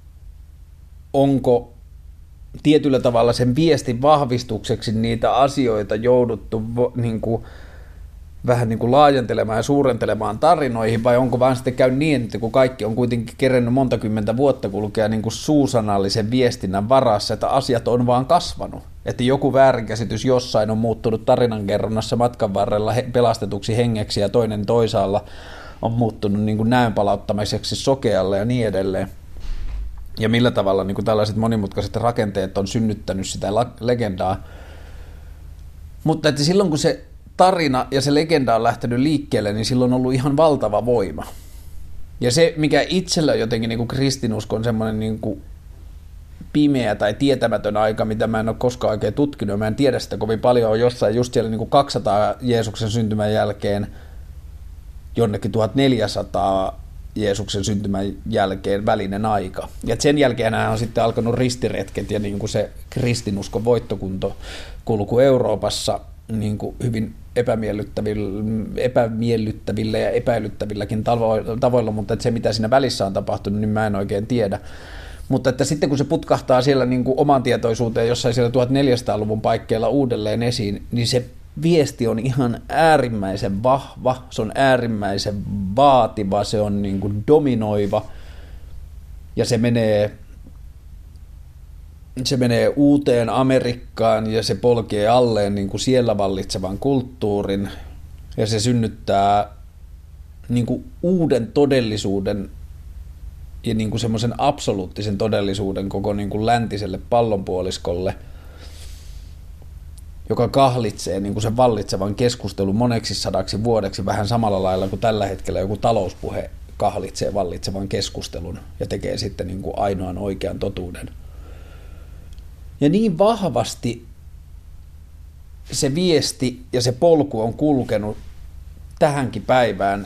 onko tietyllä tavalla sen viestin vahvistukseksi niitä asioita jouduttu niin kuin, vähän niin kuin laajentelemaan ja suurentelemaan tarinoihin, vai onko vaan sitten käy niin, että kun kaikki on kuitenkin kerennyt monta kymmentä vuotta kulkea niin kuin suusanallisen viestinnän varassa, että asiat on vaan kasvanut, että joku väärinkäsitys jossain on muuttunut tarinankerronnassa matkan varrella he, pelastetuksi hengeksi ja toinen toisaalla on muuttunut niin kuin näön palauttamiseksi sokealle ja niin edelleen. Ja millä tavalla niin kuin tällaiset monimutkaiset rakenteet on synnyttänyt sitä la- legendaa. Mutta että silloin kun se tarina ja se legenda on lähtenyt liikkeelle, niin silloin on ollut ihan valtava voima. Ja se, mikä itsellä jotenkin niin kuin kristinuskon semmoinen niin kuin pimeä tai tietämätön aika, mitä mä en ole koskaan oikein tutkinut, mä en tiedä sitä kovin paljon, on jossain just siellä niin kuin kaksisataa Jeesuksen syntymän jälkeen, jonnekin tuhatneljäsataa Jeesuksen syntymän jälkeen välinen aika. Ja sen jälkeen on sitten alkanut ristiretket ja niin kuin se kristinuskon voittokunto kulku Euroopassa, niin kuin hyvin epämiellyttävillä, epämiellyttävillä ja epäilyttävilläkin tavoilla, mutta että se mitä siinä välissä on tapahtunut, niin mä en oikein tiedä. Mutta että sitten kun se putkahtaa siellä niin kuin oman tietoisuuteen jossain siellä tuhatneljäsataaluvun paikkeilla uudelleen esiin, niin se viesti on ihan äärimmäisen vahva, se on äärimmäisen vaativa, se on niin kuin dominoiva ja se menee, se menee uuteen Amerikkaan ja se polkee alleen niin kuin siellä vallitsevan kulttuurin ja se synnyttää niin kuin uuden todellisuuden ja niin kuin semmoisen absoluuttisen todellisuuden koko niin kuin läntiselle pallonpuoliskolle, joka kahlitsee niin kuin sen vallitsevan keskustelun moneksi sadaksi vuodeksi vähän samalla lailla kuin tällä hetkellä joku talouspuhe kahlitsee vallitsevan keskustelun ja tekee sitten niin kuin ainoan oikean totuuden. Ja niin vahvasti se viesti ja se polku on kulkenut tähänkin päivään,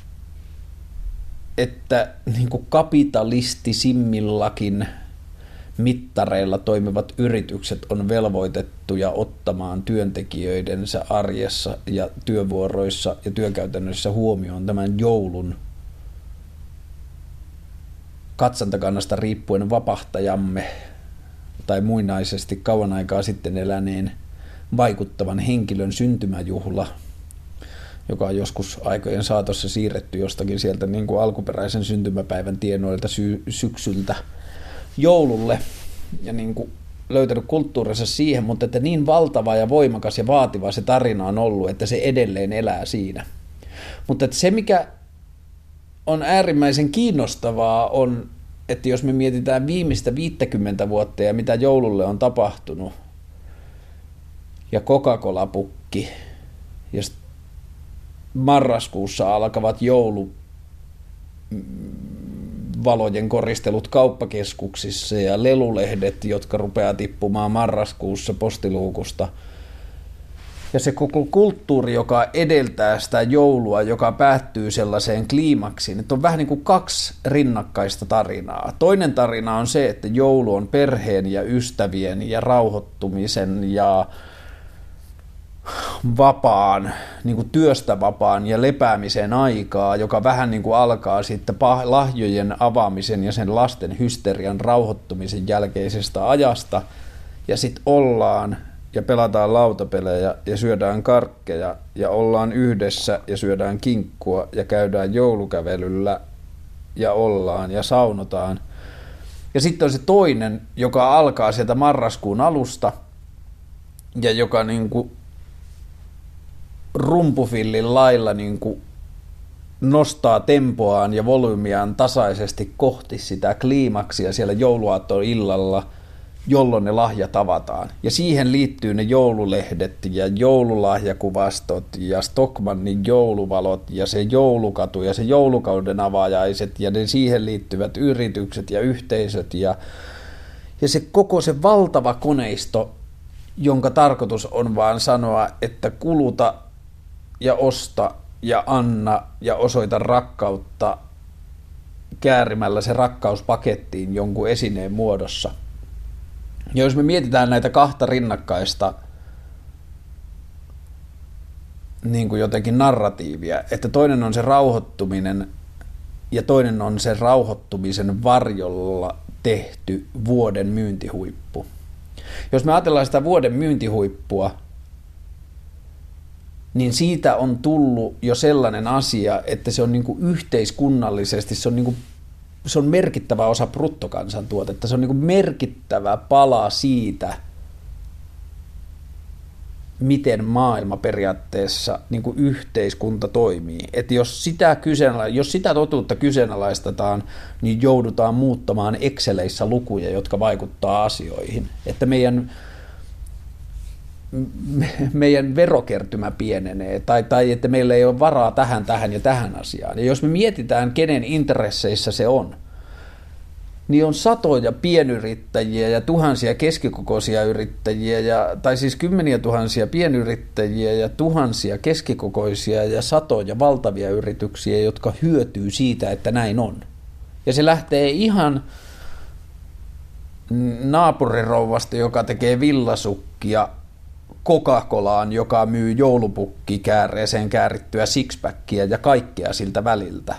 että niin kuin kapitalistisimmillakin mittareilla toimivat yritykset on velvoitettuja ottamaan työntekijöidensä arjessa ja työvuoroissa ja työkäytännöissä huomioon tämän joulun katsantakannasta riippuen vapahtajamme tai muinaisesti kauan aikaa sitten eläneen vaikuttavan henkilön syntymäjuhla, joka on joskus aikojen saatossa siirretty jostakin sieltä niin kuin alkuperäisen syntymäpäivän tienoilta sy- syksyltä joululle ja niin kuin löytänyt kulttuurinsa siihen, mutta että niin valtava ja voimakas ja vaativa se tarina on ollut, että se edelleen elää siinä. Mutta että se, mikä on äärimmäisen kiinnostavaa, on, että jos me mietitään viimeistä viittäkymmentä vuotta ja mitä joululle on tapahtunut, ja Coca-Cola-pukki, ja marraskuussa alkavat jouluvalojen koristelut kauppakeskuksissa ja lelulehdet, jotka rupeaa tippumaan marraskuussa postiluukusta. Ja se koko kulttuuri, joka edeltää sitä joulua, joka päättyy sellaiseen kliimaksiin, että on vähän niin kuin kaksi rinnakkaista tarinaa. Toinen tarina on se, että joulu on perheen ja ystävien ja rauhoittumisen ja vapaan, niin kuin työstä vapaan ja lepäämisen aikaa, joka vähän niin kuin alkaa sitten lahjojen avaamisen ja sen lasten hysterian rauhoittumisen jälkeisestä ajasta, ja sitten ollaan ja pelataan lautapelejä ja syödään karkkeja ja ollaan yhdessä ja syödään kinkkua ja käydään joulukävelyllä ja ollaan ja saunotaan. Ja sitten on se toinen, joka alkaa sieltä marraskuun alusta ja joka niin kuin rumpufillin lailla niin kuin nostaa tempoaan ja volyymiaan tasaisesti kohti sitä kliimaksia siellä jouluaatton illalla, jolloin ne lahjat avataan. Ja siihen liittyy ne joululehdet ja joululahjakuvastot ja Stockmannin jouluvalot ja se joulukatu ja se joulukauden avaajaiset ja ne siihen liittyvät yritykset ja yhteisöt ja, ja se koko se valtava koneisto, jonka tarkoitus on vaan sanoa, että kuluta ja osta ja anna ja osoita rakkautta käärimällä se rakkaus pakettiin jonkun esineen muodossa. Ja jos me mietitään näitä kahta rinnakkaista niin kuin jotenkin narratiivia, että toinen on se rauhoittuminen ja toinen on se rauhoittumisen varjolla tehty vuoden myyntihuippu. Jos me ajatellaan sitä vuoden myyntihuippua, niin siitä on tullut jo sellainen asia, että se on niin kuin yhteiskunnallisesti, se on, niin kuin, se on merkittävä osa bruttokansantuotetta, se on niin kuin merkittävä pala siitä, miten maailma periaatteessa niin kuin yhteiskunta toimii. Että jos sitä, jos sitä totuutta kyseenalaistetaan, niin joudutaan muuttamaan Exceleissä lukuja, jotka vaikuttaa asioihin. Että meidän meidän verokertymä pienenee, tai, tai että meillä ei ole varaa tähän, tähän ja tähän asiaan. Ja jos me mietitään, kenen intresseissä se on, niin on satoja pienyrittäjiä ja tuhansia keskikokoisia yrittäjiä, ja, tai siis kymmeniä tuhansia pienyrittäjiä ja tuhansia keskikokoisia ja satoja valtavia yrityksiä, jotka hyötyy siitä, että näin on. Ja se lähtee ihan naapurirouvasta, joka tekee villasukkia Coca-Colaan, joka myy joulupukkikääreeseen käärittyä sixpackia ja kaikkea siltä väliltä.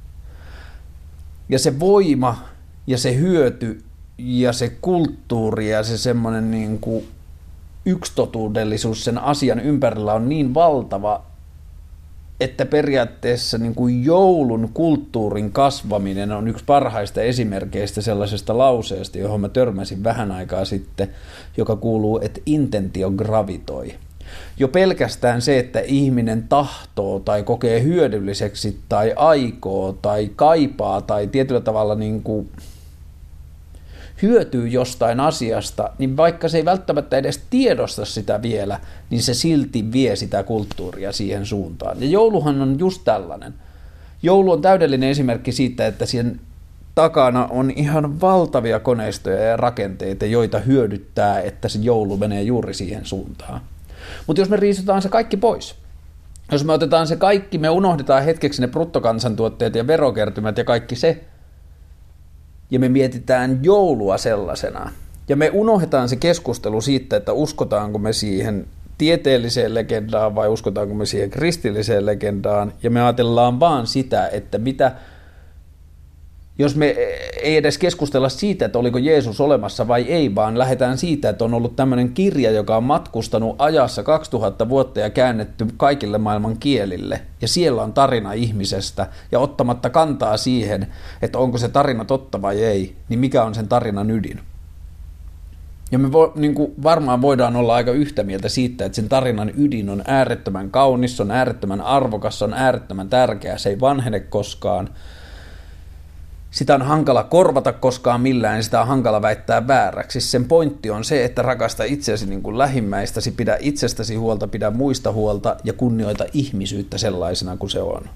Ja se voima ja se hyöty ja se kulttuuri ja se semmoinen niin kuin yksitotuudellisuus sen asian ympärillä on niin valtava, että periaatteessa niin kuin joulun kulttuurin kasvaminen on yksi parhaista esimerkkeistä sellaisesta lauseesta, johon mä törmäsin vähän aikaa sitten, joka kuuluu, että intentio gravitoi. Jo pelkästään se, että ihminen tahtoo tai kokee hyödylliseksi tai aikoo tai kaipaa tai tietyllä tavalla niin kuin hyötyy jostain asiasta, niin vaikka se ei välttämättä edes tiedosta sitä vielä, niin se silti vie sitä kulttuuria siihen suuntaan. Ja jouluhan on just tällainen. Joulu on täydellinen esimerkki siitä, että sen takana on ihan valtavia koneistoja ja rakenteita, joita hyödyttää, että se joulu menee juuri siihen suuntaan. Mutta jos me riisutaan se kaikki pois, jos me otetaan se kaikki, me unohdetaan hetkeksi ne bruttokansantuotteet ja verokertymät ja kaikki se, ja me mietitään joulua sellaisena, ja me unohdetaan se keskustelu siitä, että uskotaanko me siihen tieteelliseen legendaan vai uskotaanko me siihen kristilliseen legendaan, ja me ajatellaan vaan sitä, että mitä, jos me ei edes keskustella siitä, että oliko Jeesus olemassa vai ei, vaan lähdetään siitä, että on ollut tämmöinen kirja, joka on matkustanut ajassa kaksituhatta vuotta ja käännetty kaikille maailman kielille, ja siellä on tarina ihmisestä, ja ottamatta kantaa siihen, että onko se tarina totta vai ei, niin mikä on sen tarinan ydin. Ja me vo, niin kuin varmaan voidaan olla aika yhtä mieltä siitä, että sen tarinan ydin on äärettömän kaunis, se on äärettömän arvokas, se on äärettömän tärkeä, se ei vanhene koskaan. Sitä on hankala korvata koskaan millään, ja sitä on hankala väittää vääräksi. Sen pointti on se, että rakasta itseäsi niin kuin lähimmäistäsi, pidä itsestäsi huolta, pidä muista huolta ja kunnioita ihmisyyttä sellaisena kuin se on.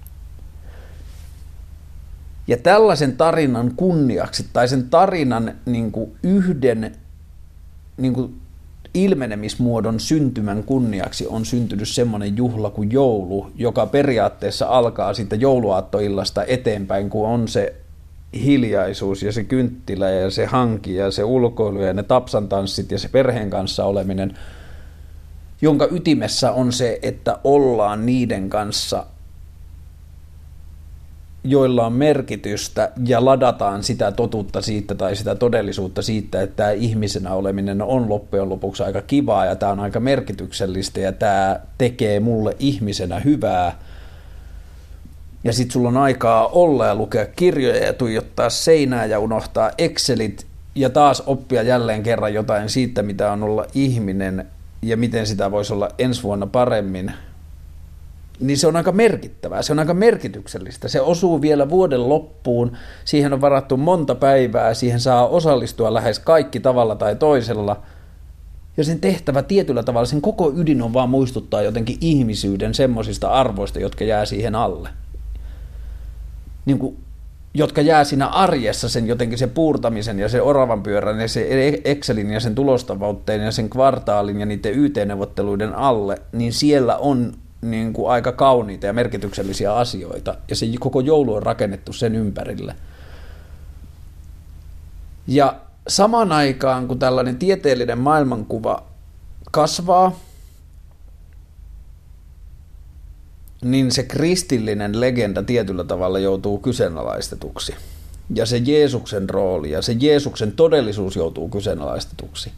Ja tällaisen tarinan kunniaksi, tai sen tarinan niin kuin yhden niin kuin ilmenemismuodon syntymän kunniaksi on syntynyt semmoinen juhla kuin joulu, joka periaatteessa alkaa siitä jouluaattoillasta eteenpäin, kun on se hiljaisuus ja se kynttilä ja se hanki ja se ulkoilu ja ne tapsantanssit ja se perheen kanssa oleminen, jonka ytimessä on se, että ollaan niiden kanssa, joilla on merkitystä, ja ladataan sitä totuutta siitä tai sitä todellisuutta siitä, että tämä ihmisenä oleminen on loppujen lopuksi aika kivaa ja tämä on aika merkityksellistä ja tämä tekee mulle ihmisenä hyvää. Ja sit sulla on aikaa olla ja lukea kirjoja ja tuijottaa seinää ja unohtaa Excelit ja taas oppia jälleen kerran jotain siitä, mitä on olla ihminen ja miten sitä voisi olla ensi vuonna paremmin. Niin se on aika merkittävää, se on aika merkityksellistä. Se osuu vielä vuoden loppuun, siihen on varattu monta päivää, siihen saa osallistua lähes kaikki tavalla tai toisella. Ja sen tehtävä tietyllä tavalla, sen koko ydin on vaan muistuttaa jotenkin ihmisyyden semmoisista arvoista, jotka jää siihen alle. Niin kuin, jotka jää siinä arjessa sen jotenkin se puurtamisen ja se oravanpyörän ja se Excelin ja sen tulostavoitteen ja sen kvartaalin ja niiden Y T-neuvotteluiden alle, niin siellä on niin kuin aika kauniita ja merkityksellisiä asioita, ja se koko joulu on rakennettu sen ympärille. Ja samaan aikaan, kun tällainen tieteellinen maailmankuva kasvaa, niin se kristillinen legenda tietyllä tavalla joutuu kyseenalaistetuksi. Ja se Jeesuksen rooli ja se Jeesuksen todellisuus joutuu kyseenalaistetuksi.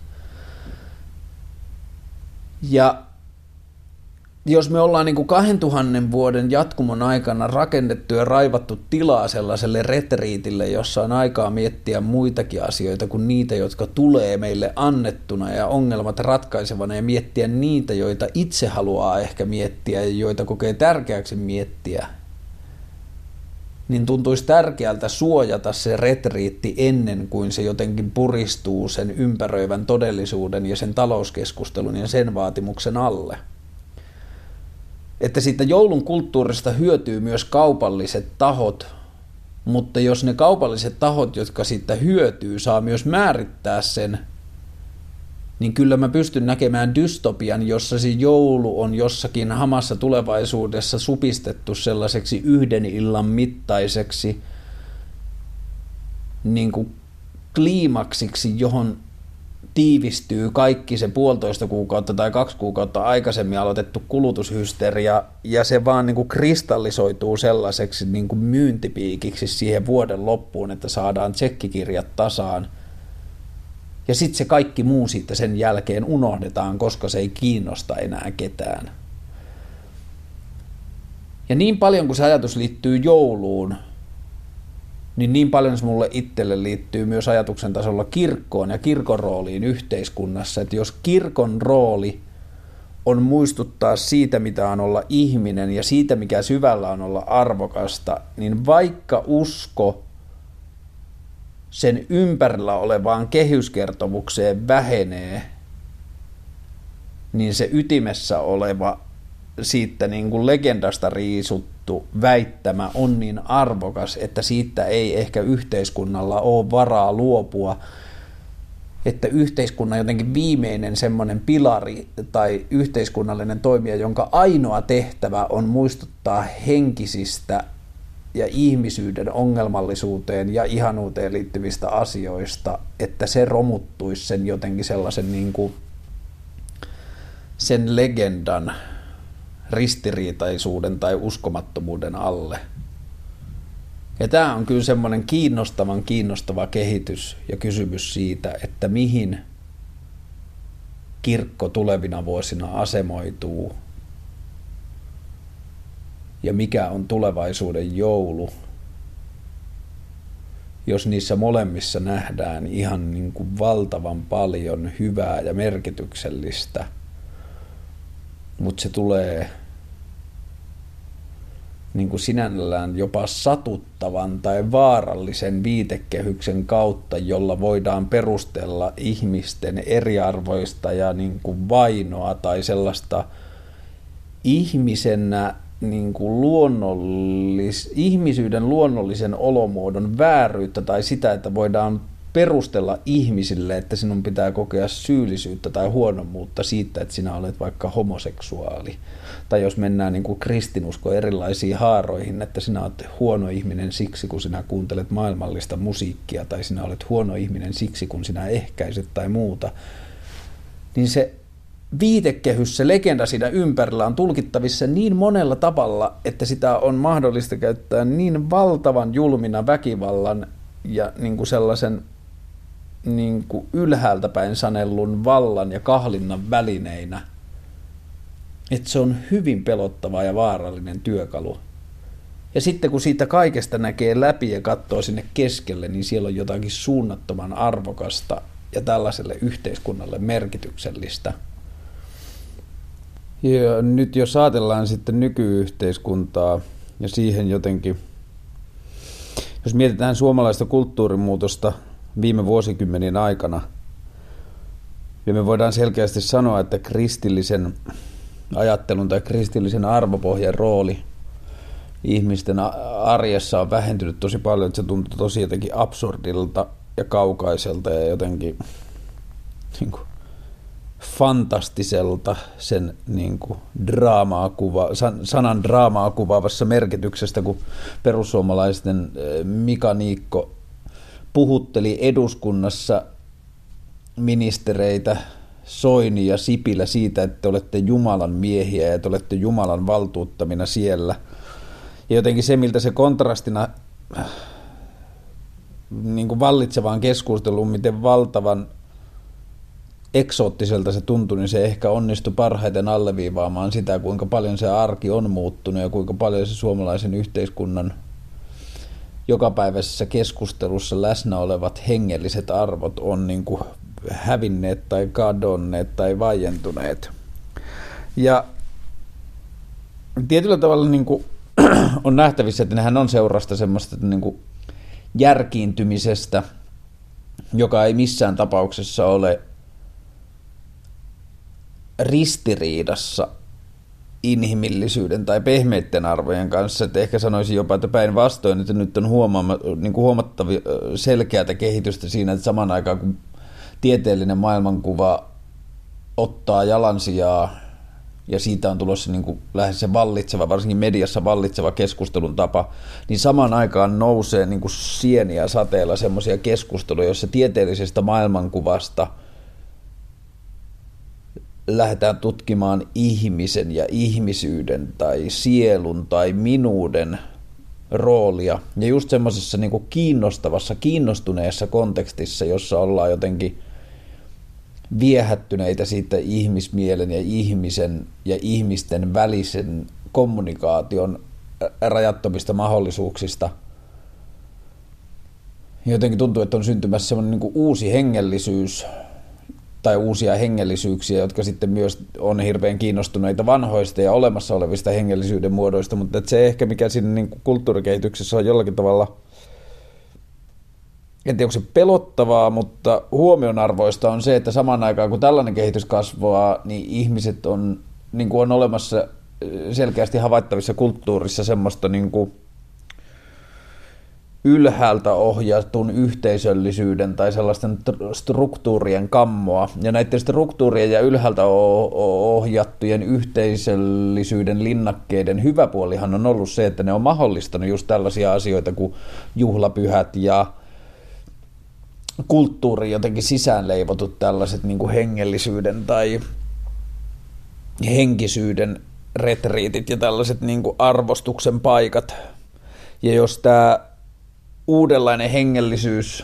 Ja jos me ollaan niin kuin kahdentuhannen vuoden jatkumon aikana rakennettu ja raivattu tilaa sellaiselle retriitille, jossa on aikaa miettiä muitakin asioita kuin niitä, jotka tulee meille annettuna ja ongelmat ratkaisevana, ja miettiä niitä, joita itse haluaa ehkä miettiä ja joita kokee tärkeäksi miettiä, niin tuntuisi tärkeältä suojata se retriitti ennen kuin se jotenkin puristuu sen ympäröivän todellisuuden ja sen talouskeskustelun ja sen vaatimuksen alle. Että siitä joulun kulttuurista hyötyy myös kaupalliset tahot, mutta jos ne kaupalliset tahot, jotka siitä hyötyy, saa myös määrittää sen, niin kyllä mä pystyn näkemään dystopian, jossa se joulu on jossakin hamassa tulevaisuudessa supistettu sellaiseksi yhden illan mittaiseksi niin kuin kliimaksiksi, johon tiivistyy kaikki se puolitoista kuukautta tai kaksi kuukautta aikaisemmin aloitettu kulutushysteria, ja se vaan niin kuin kristallisoituu sellaiseksi niin kuin myyntipiikiksi siihen vuoden loppuun, että saadaan tsekkikirjat tasaan. Ja sitten se kaikki muu siitä sen jälkeen unohdetaan, koska se ei kiinnosta enää ketään. Ja niin paljon kuin se ajatus liittyy jouluun, niin niin paljon se mulle itselle liittyy myös ajatuksen tasolla kirkkoon ja kirkon rooliin yhteiskunnassa, että jos kirkon rooli on muistuttaa siitä, mitä on olla ihminen ja siitä, mikä syvällä on olla arvokasta, niin vaikka usko sen ympärillä olevaan kehyskertomukseen vähenee, niin se ytimessä oleva siitä niin kuin legendasta riisuttu väittämä on niin arvokas, että siitä ei ehkä yhteiskunnalla ole varaa luopua, että yhteiskunnan jotenkin viimeinen semmoinen pilari tai yhteiskunnallinen toimija, jonka ainoa tehtävä on muistuttaa henkisistä ja ihmisyyden ongelmallisuuteen ja ihanuuteen liittyvistä asioista, että se romuttuisi sen jotenkin sellaisen niin kuin sen legendan ristiriitaisuuden tai uskomattomuuden alle. Ja tämä on kyllä semmoinen kiinnostavan kiinnostava kehitys ja kysymys siitä, että mihin kirkko tulevina vuosina asemoituu ja mikä on tulevaisuuden joulu, jos niissä molemmissa nähdään ihan niin kuin valtavan paljon hyvää ja merkityksellistä, mutta se tulee niin kuin sinällään jopa satuttavan tai vaarallisen viitekehyksen kautta, jolla voidaan perustella ihmisten eriarvoista ja niin kuin vainoa tai sellaista ihmisenä niin kuin luonnollis, ihmisyyden luonnollisen olomuodon vääryyttä tai sitä, että voidaan perustella ihmisille, että sinun pitää kokea syyllisyyttä tai huonommuutta siitä, että sinä olet vaikka homoseksuaali. Tai jos mennään niin kuin kristinusko erilaisiin haaroihin, että sinä olet huono ihminen siksi, kun sinä kuuntelet maailmallista musiikkia, tai sinä olet huono ihminen siksi, kun sinä ehkäiset tai muuta, niin se viitekehys, se legenda siinä ympärillä on tulkittavissa niin monella tavalla, että sitä on mahdollista käyttää niin valtavan julmina väkivallan ja niin kuin sellaisen niin kuin ylhäältä päin sanellun vallan ja kahlinnan välineinä, että se on hyvin pelottava ja vaarallinen työkalu. Ja sitten kun siitä kaikesta näkee läpi ja katsoo sinne keskelle, niin siellä on jotakin suunnattoman arvokasta ja tällaiselle yhteiskunnalle merkityksellistä. Ja nyt jos ajatellaan sitten nykyyhteiskuntaa ja siihen jotenkin, jos mietitään suomalaista kulttuurimuutosta viime vuosikymmenien aikana, ja me voidaan selkeästi sanoa, että kristillisen ajattelun tai kristillisen arvopohjan rooli ihmisten arjessa on vähentynyt tosi paljon, että se tuntuu tosi jotenkin absurdilta ja kaukaiselta ja jotenkin niin kuin fantastiselta sen niin kuin draamaa kuva, sanan draamaa kuvaavassa merkityksestä, kun perussuomalaisten Mika Niikko puhutteli eduskunnassa ministereitä Soini ja Sipilä siitä, että te olette Jumalan miehiä ja te olette Jumalan valtuuttamina siellä. Ja jotenkin se, miltä se kontrastina niin kuin vallitsevaan keskusteluun, miten valtavan eksoottiselta se tuntui, niin se ehkä onnistui parhaiten alleviivaamaan sitä, kuinka paljon se arki on muuttunut ja kuinka paljon se suomalaisen yhteiskunnan jokapäiväisessä keskustelussa läsnä olevat hengelliset arvot on niin kuin hävinneet tai kadonneet tai vaientuneet. Ja tietyllä tavalla niin kuin on nähtävissä, että nehän on seurasta semmoista niin kuin järkiintymisestä, joka ei missään tapauksessa ole ristiriidassa inhimillisyyden tai pehmeitten arvojen kanssa, että ehkä sanoisin jopa, että päinvastoin, että nyt on huomaama, niin kuin huomattavia selkeätä kehitystä siinä, että saman aikaan kun tieteellinen maailmankuva ottaa jalansijaa ja siitä on tulossa niin kuin lähes se vallitseva, varsinkin mediassa vallitseva keskustelun tapa, niin samaan aikaan nousee niin kuin sieniä sateella semmoisia keskusteluja, joissa tieteellisestä maailmankuvasta lähdetään tutkimaan ihmisen ja ihmisyyden tai sielun tai minuuden roolia. Ja just semmoisessa niin kuin kiinnostavassa, kiinnostuneessa kontekstissa, jossa ollaan jotenkin viehättyneitä siitä ihmismielen ja ihmisen ja ihmisten välisen kommunikaation rajattomista mahdollisuuksista. Jotenkin tuntuu, että on syntymässä semmoinen niin kuin uusi hengellisyys tai uusia hengellisyyksiä, jotka sitten myös on hirveän kiinnostuneita vanhoista ja olemassa olevista hengellisyyden muodoista, mutta että se ehkä mikä siinä niin kuin kulttuurikehityksessä on jollakin tavalla, en tiedä onko se pelottavaa, mutta huomionarvoista on se, että samaan aikaan kun tällainen kehitys kasvaa, niin ihmiset on, niin kuin on olemassa selkeästi havaittavissa kulttuurissa semmoista niin kuin ylhäältä ohjatun yhteisöllisyyden tai sellaisten struktuurien kammoa. Ja näiden struktuurien ja ylhäältä ohjattujen yhteisöllisyyden linnakkeiden hyvä puolihan on ollut se, että ne on mahdollistanut just tällaisia asioita kuin juhlapyhät ja kulttuuri jotenkin sisäänleivotut tällaiset niin kuin hengellisyyden tai henkisyyden retriitit ja tällaiset niin kuin arvostuksen paikat. Ja jos tämä uudenlainen hengellisyys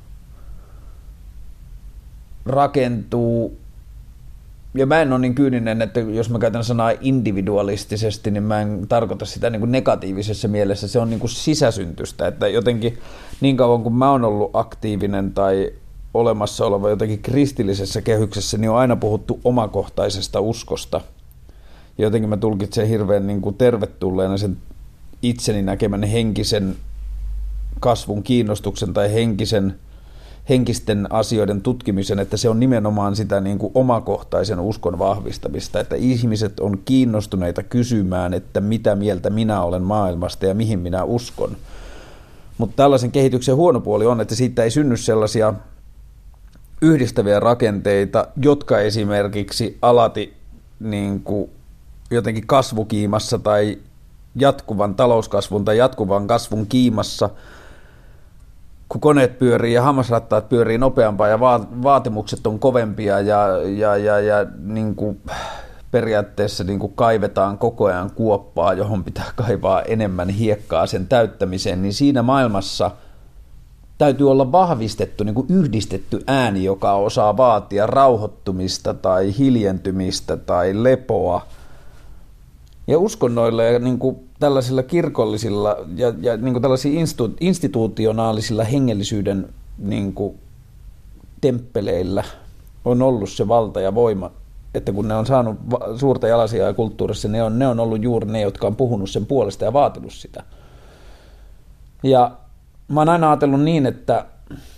rakentuu, ja mä en ole niin kyyninen, että jos mä käytän sanaa individualistisesti, niin mä en tarkoita sitä niin kuin negatiivisessa mielessä, se on niin kuin sisäsyntystä, että jotenkin niin kauan kuin mä oon ollut aktiivinen tai olemassa oleva jotenkin kristillisessä kehyksessä, niin on aina puhuttu omakohtaisesta uskosta. Ja jotenkin mä tulkitsen hirveän niin kuin tervetulleena sen itseni näkemän henkisen kasvun kiinnostuksen tai henkisen, henkisten asioiden tutkimisen, että se on nimenomaan sitä niin kuin omakohtaisen uskon vahvistamista, että ihmiset on kiinnostuneita kysymään, että mitä mieltä minä olen maailmasta ja mihin minä uskon. Mutta tällaisen kehityksen huono puoli on, että siitä ei synny sellaisia yhdistäviä rakenteita, jotka esimerkiksi alati niin kuin jotenkin kasvukiimassa tai jatkuvan talouskasvun tai jatkuvan kasvun kiimassa, kun koneet pyörii ja hammasrattaat pyörii nopeampaa ja vaatimukset on kovempia ja, ja, ja, ja niin kuin periaatteessa niin kuin kaivetaan koko ajan kuoppaa, johon pitää kaivaa enemmän hiekkaa sen täyttämiseen, niin siinä maailmassa täytyy olla vahvistettu, niin kuin yhdistetty ääni, joka osaa vaatia rauhoittumista tai hiljentymistä tai lepoa. Ja uskonnoilla ja niin kuin tällaisilla kirkollisilla ja, ja niin kuin tällaisilla institu- institutionaalisilla hengellisyyden niin kuin temppeleillä on ollut se valta ja voima, että kun ne on saanut va- suurta jalansijaa kulttuurissa, ne on, ne on ollut juuri ne, jotka on puhunut sen puolesta ja vaatinut sitä. Ja mä oon aina ajatellut niin, että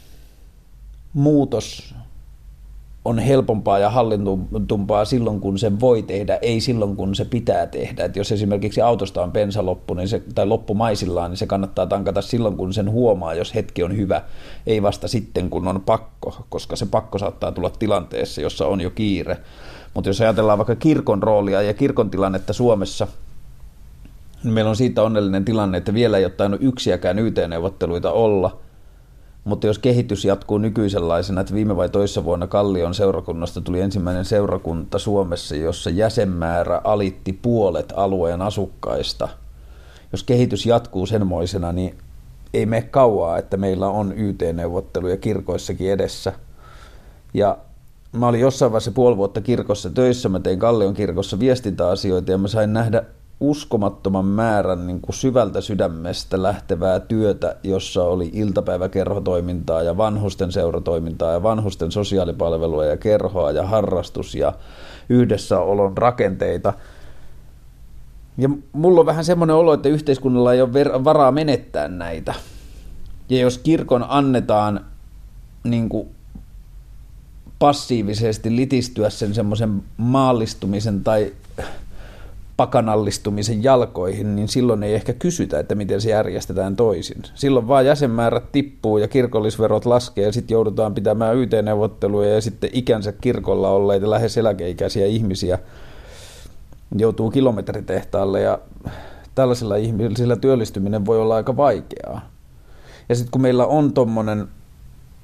muutos on helpompaa ja hallintumpaa silloin, kun sen voi tehdä, ei silloin, kun se pitää tehdä. Et jos esimerkiksi autosta on bensa loppu, niin se, tai loppumaisillaan, niin se kannattaa tankata silloin, kun sen huomaa, jos hetki on hyvä, ei vasta sitten, kun on pakko, koska se pakko saattaa tulla tilanteessa, jossa on jo kiire. Mutta jos ajatellaan vaikka kirkon roolia ja kirkon tilannetta Suomessa, niin meillä on siitä onnellinen tilanne, että vielä ei ole tainnut yksiäkään Y T-neuvotteluita olla. Mutta jos kehitys jatkuu nykyisenlaisena, että viime vai toissa vuonna Kallion seurakunnasta tuli ensimmäinen seurakunta Suomessa, jossa jäsenmäärä alitti puolet alueen asukkaista. Jos kehitys jatkuu senmoisena, niin ei mene kauaa, että meillä on Y T-neuvotteluja kirkoissakin edessä. Ja mä olin jossain vaiheessa puoli vuotta kirkossa töissä, mä tein Kallion kirkossa viestintäasioita ja mä sain nähdä uskomattoman määrän niin kuin syvältä sydämestä lähtevää työtä, jossa oli iltapäiväkerhotoimintaa ja vanhusten seuratoimintaa ja vanhusten sosiaalipalvelua ja kerhoa ja harrastus ja yhdessäolon rakenteita. Ja mulla on vähän semmoinen olo, että yhteiskunnalla ei ole ver- varaa menettää näitä. Ja jos kirkon annetaan niin kuin passiivisesti litistyä sen semmoisen maallistumisen tai pakanallistumisen jalkoihin, niin silloin ei ehkä kysytä, että miten se järjestetään toisin. Silloin vaan jäsenmäärät tippuu ja kirkollisverot laskee ja sitten joudutaan pitämään Y T-neuvotteluja ja sitten ikänsä kirkolla olleita lähes eläkeikäisiä ihmisiä joutuu kilometritehtaalle ja tällaisilla ihmisillä työllistyminen voi olla aika vaikeaa. Ja sitten kun meillä on tommonen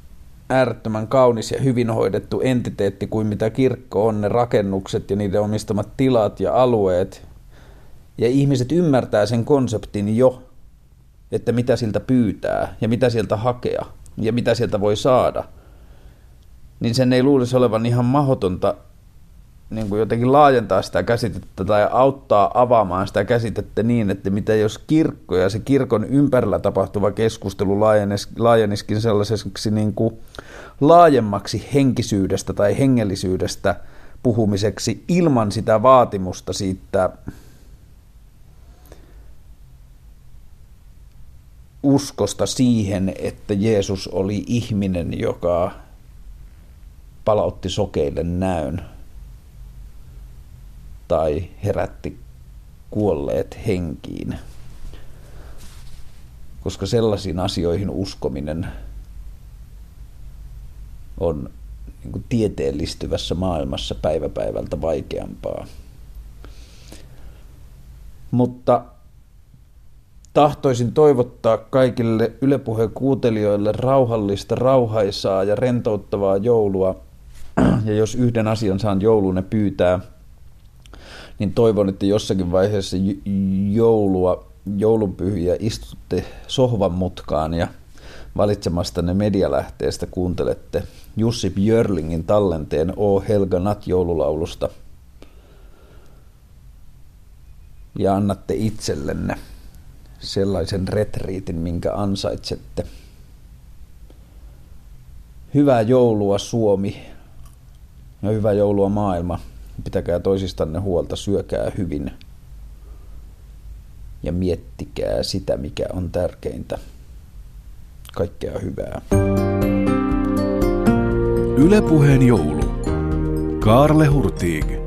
äärettömän kaunis ja hyvin hoidettu entiteetti kuin mitä kirkko on, ne rakennukset ja niiden omistamat tilat ja alueet. Ja ihmiset ymmärtää sen konseptin jo, että mitä siltä pyytää ja mitä sieltä hakea ja mitä sieltä voi saada. Niin sen ei luulisi olevan ihan mahdotonta niin kuin jotenkin laajentaa sitä käsitettä tai auttaa avaamaan sitä käsitettä niin, että mitä jos kirkko ja se kirkon ympärillä tapahtuva keskustelu laajenis, laajeniskin sellaiseksi niin kuin laajemmaksi henkisyydestä tai hengellisyydestä puhumiseksi ilman sitä vaatimusta siitä uskosta siihen, että Jeesus oli ihminen, joka palautti sokeille näön tai herätti kuolleet henkiin. Koska sellaisiin asioihin uskominen on niin kuin tieteellistyvässä maailmassa päivä päivältä vaikeampaa. Mutta tahtoisin toivottaa kaikille Yle Puheen kuuntelijoille rauhallista, rauhaisaa ja rentouttavaa joulua. Ja jos yhden asian saan jouluna pyytää, niin toivon, että jossakin vaiheessa joulua, joulunpyhiä istutte sohvan mutkaan ja valitsemastanne medialähteestä kuuntelette Jussi Björlingin tallenteen O Helga Natt joululaulusta ja annatte itsellenne sellaisen retriitin, minkä ansaitsette. Hyvää joulua Suomi ja hyvää joulua maailma. Pitäkää toisistanne huolta, syökää hyvin ja miettikää sitä, mikä on tärkeintä. Kaikkea hyvää. Yle Puheen joulu. Kaarle Hurtig.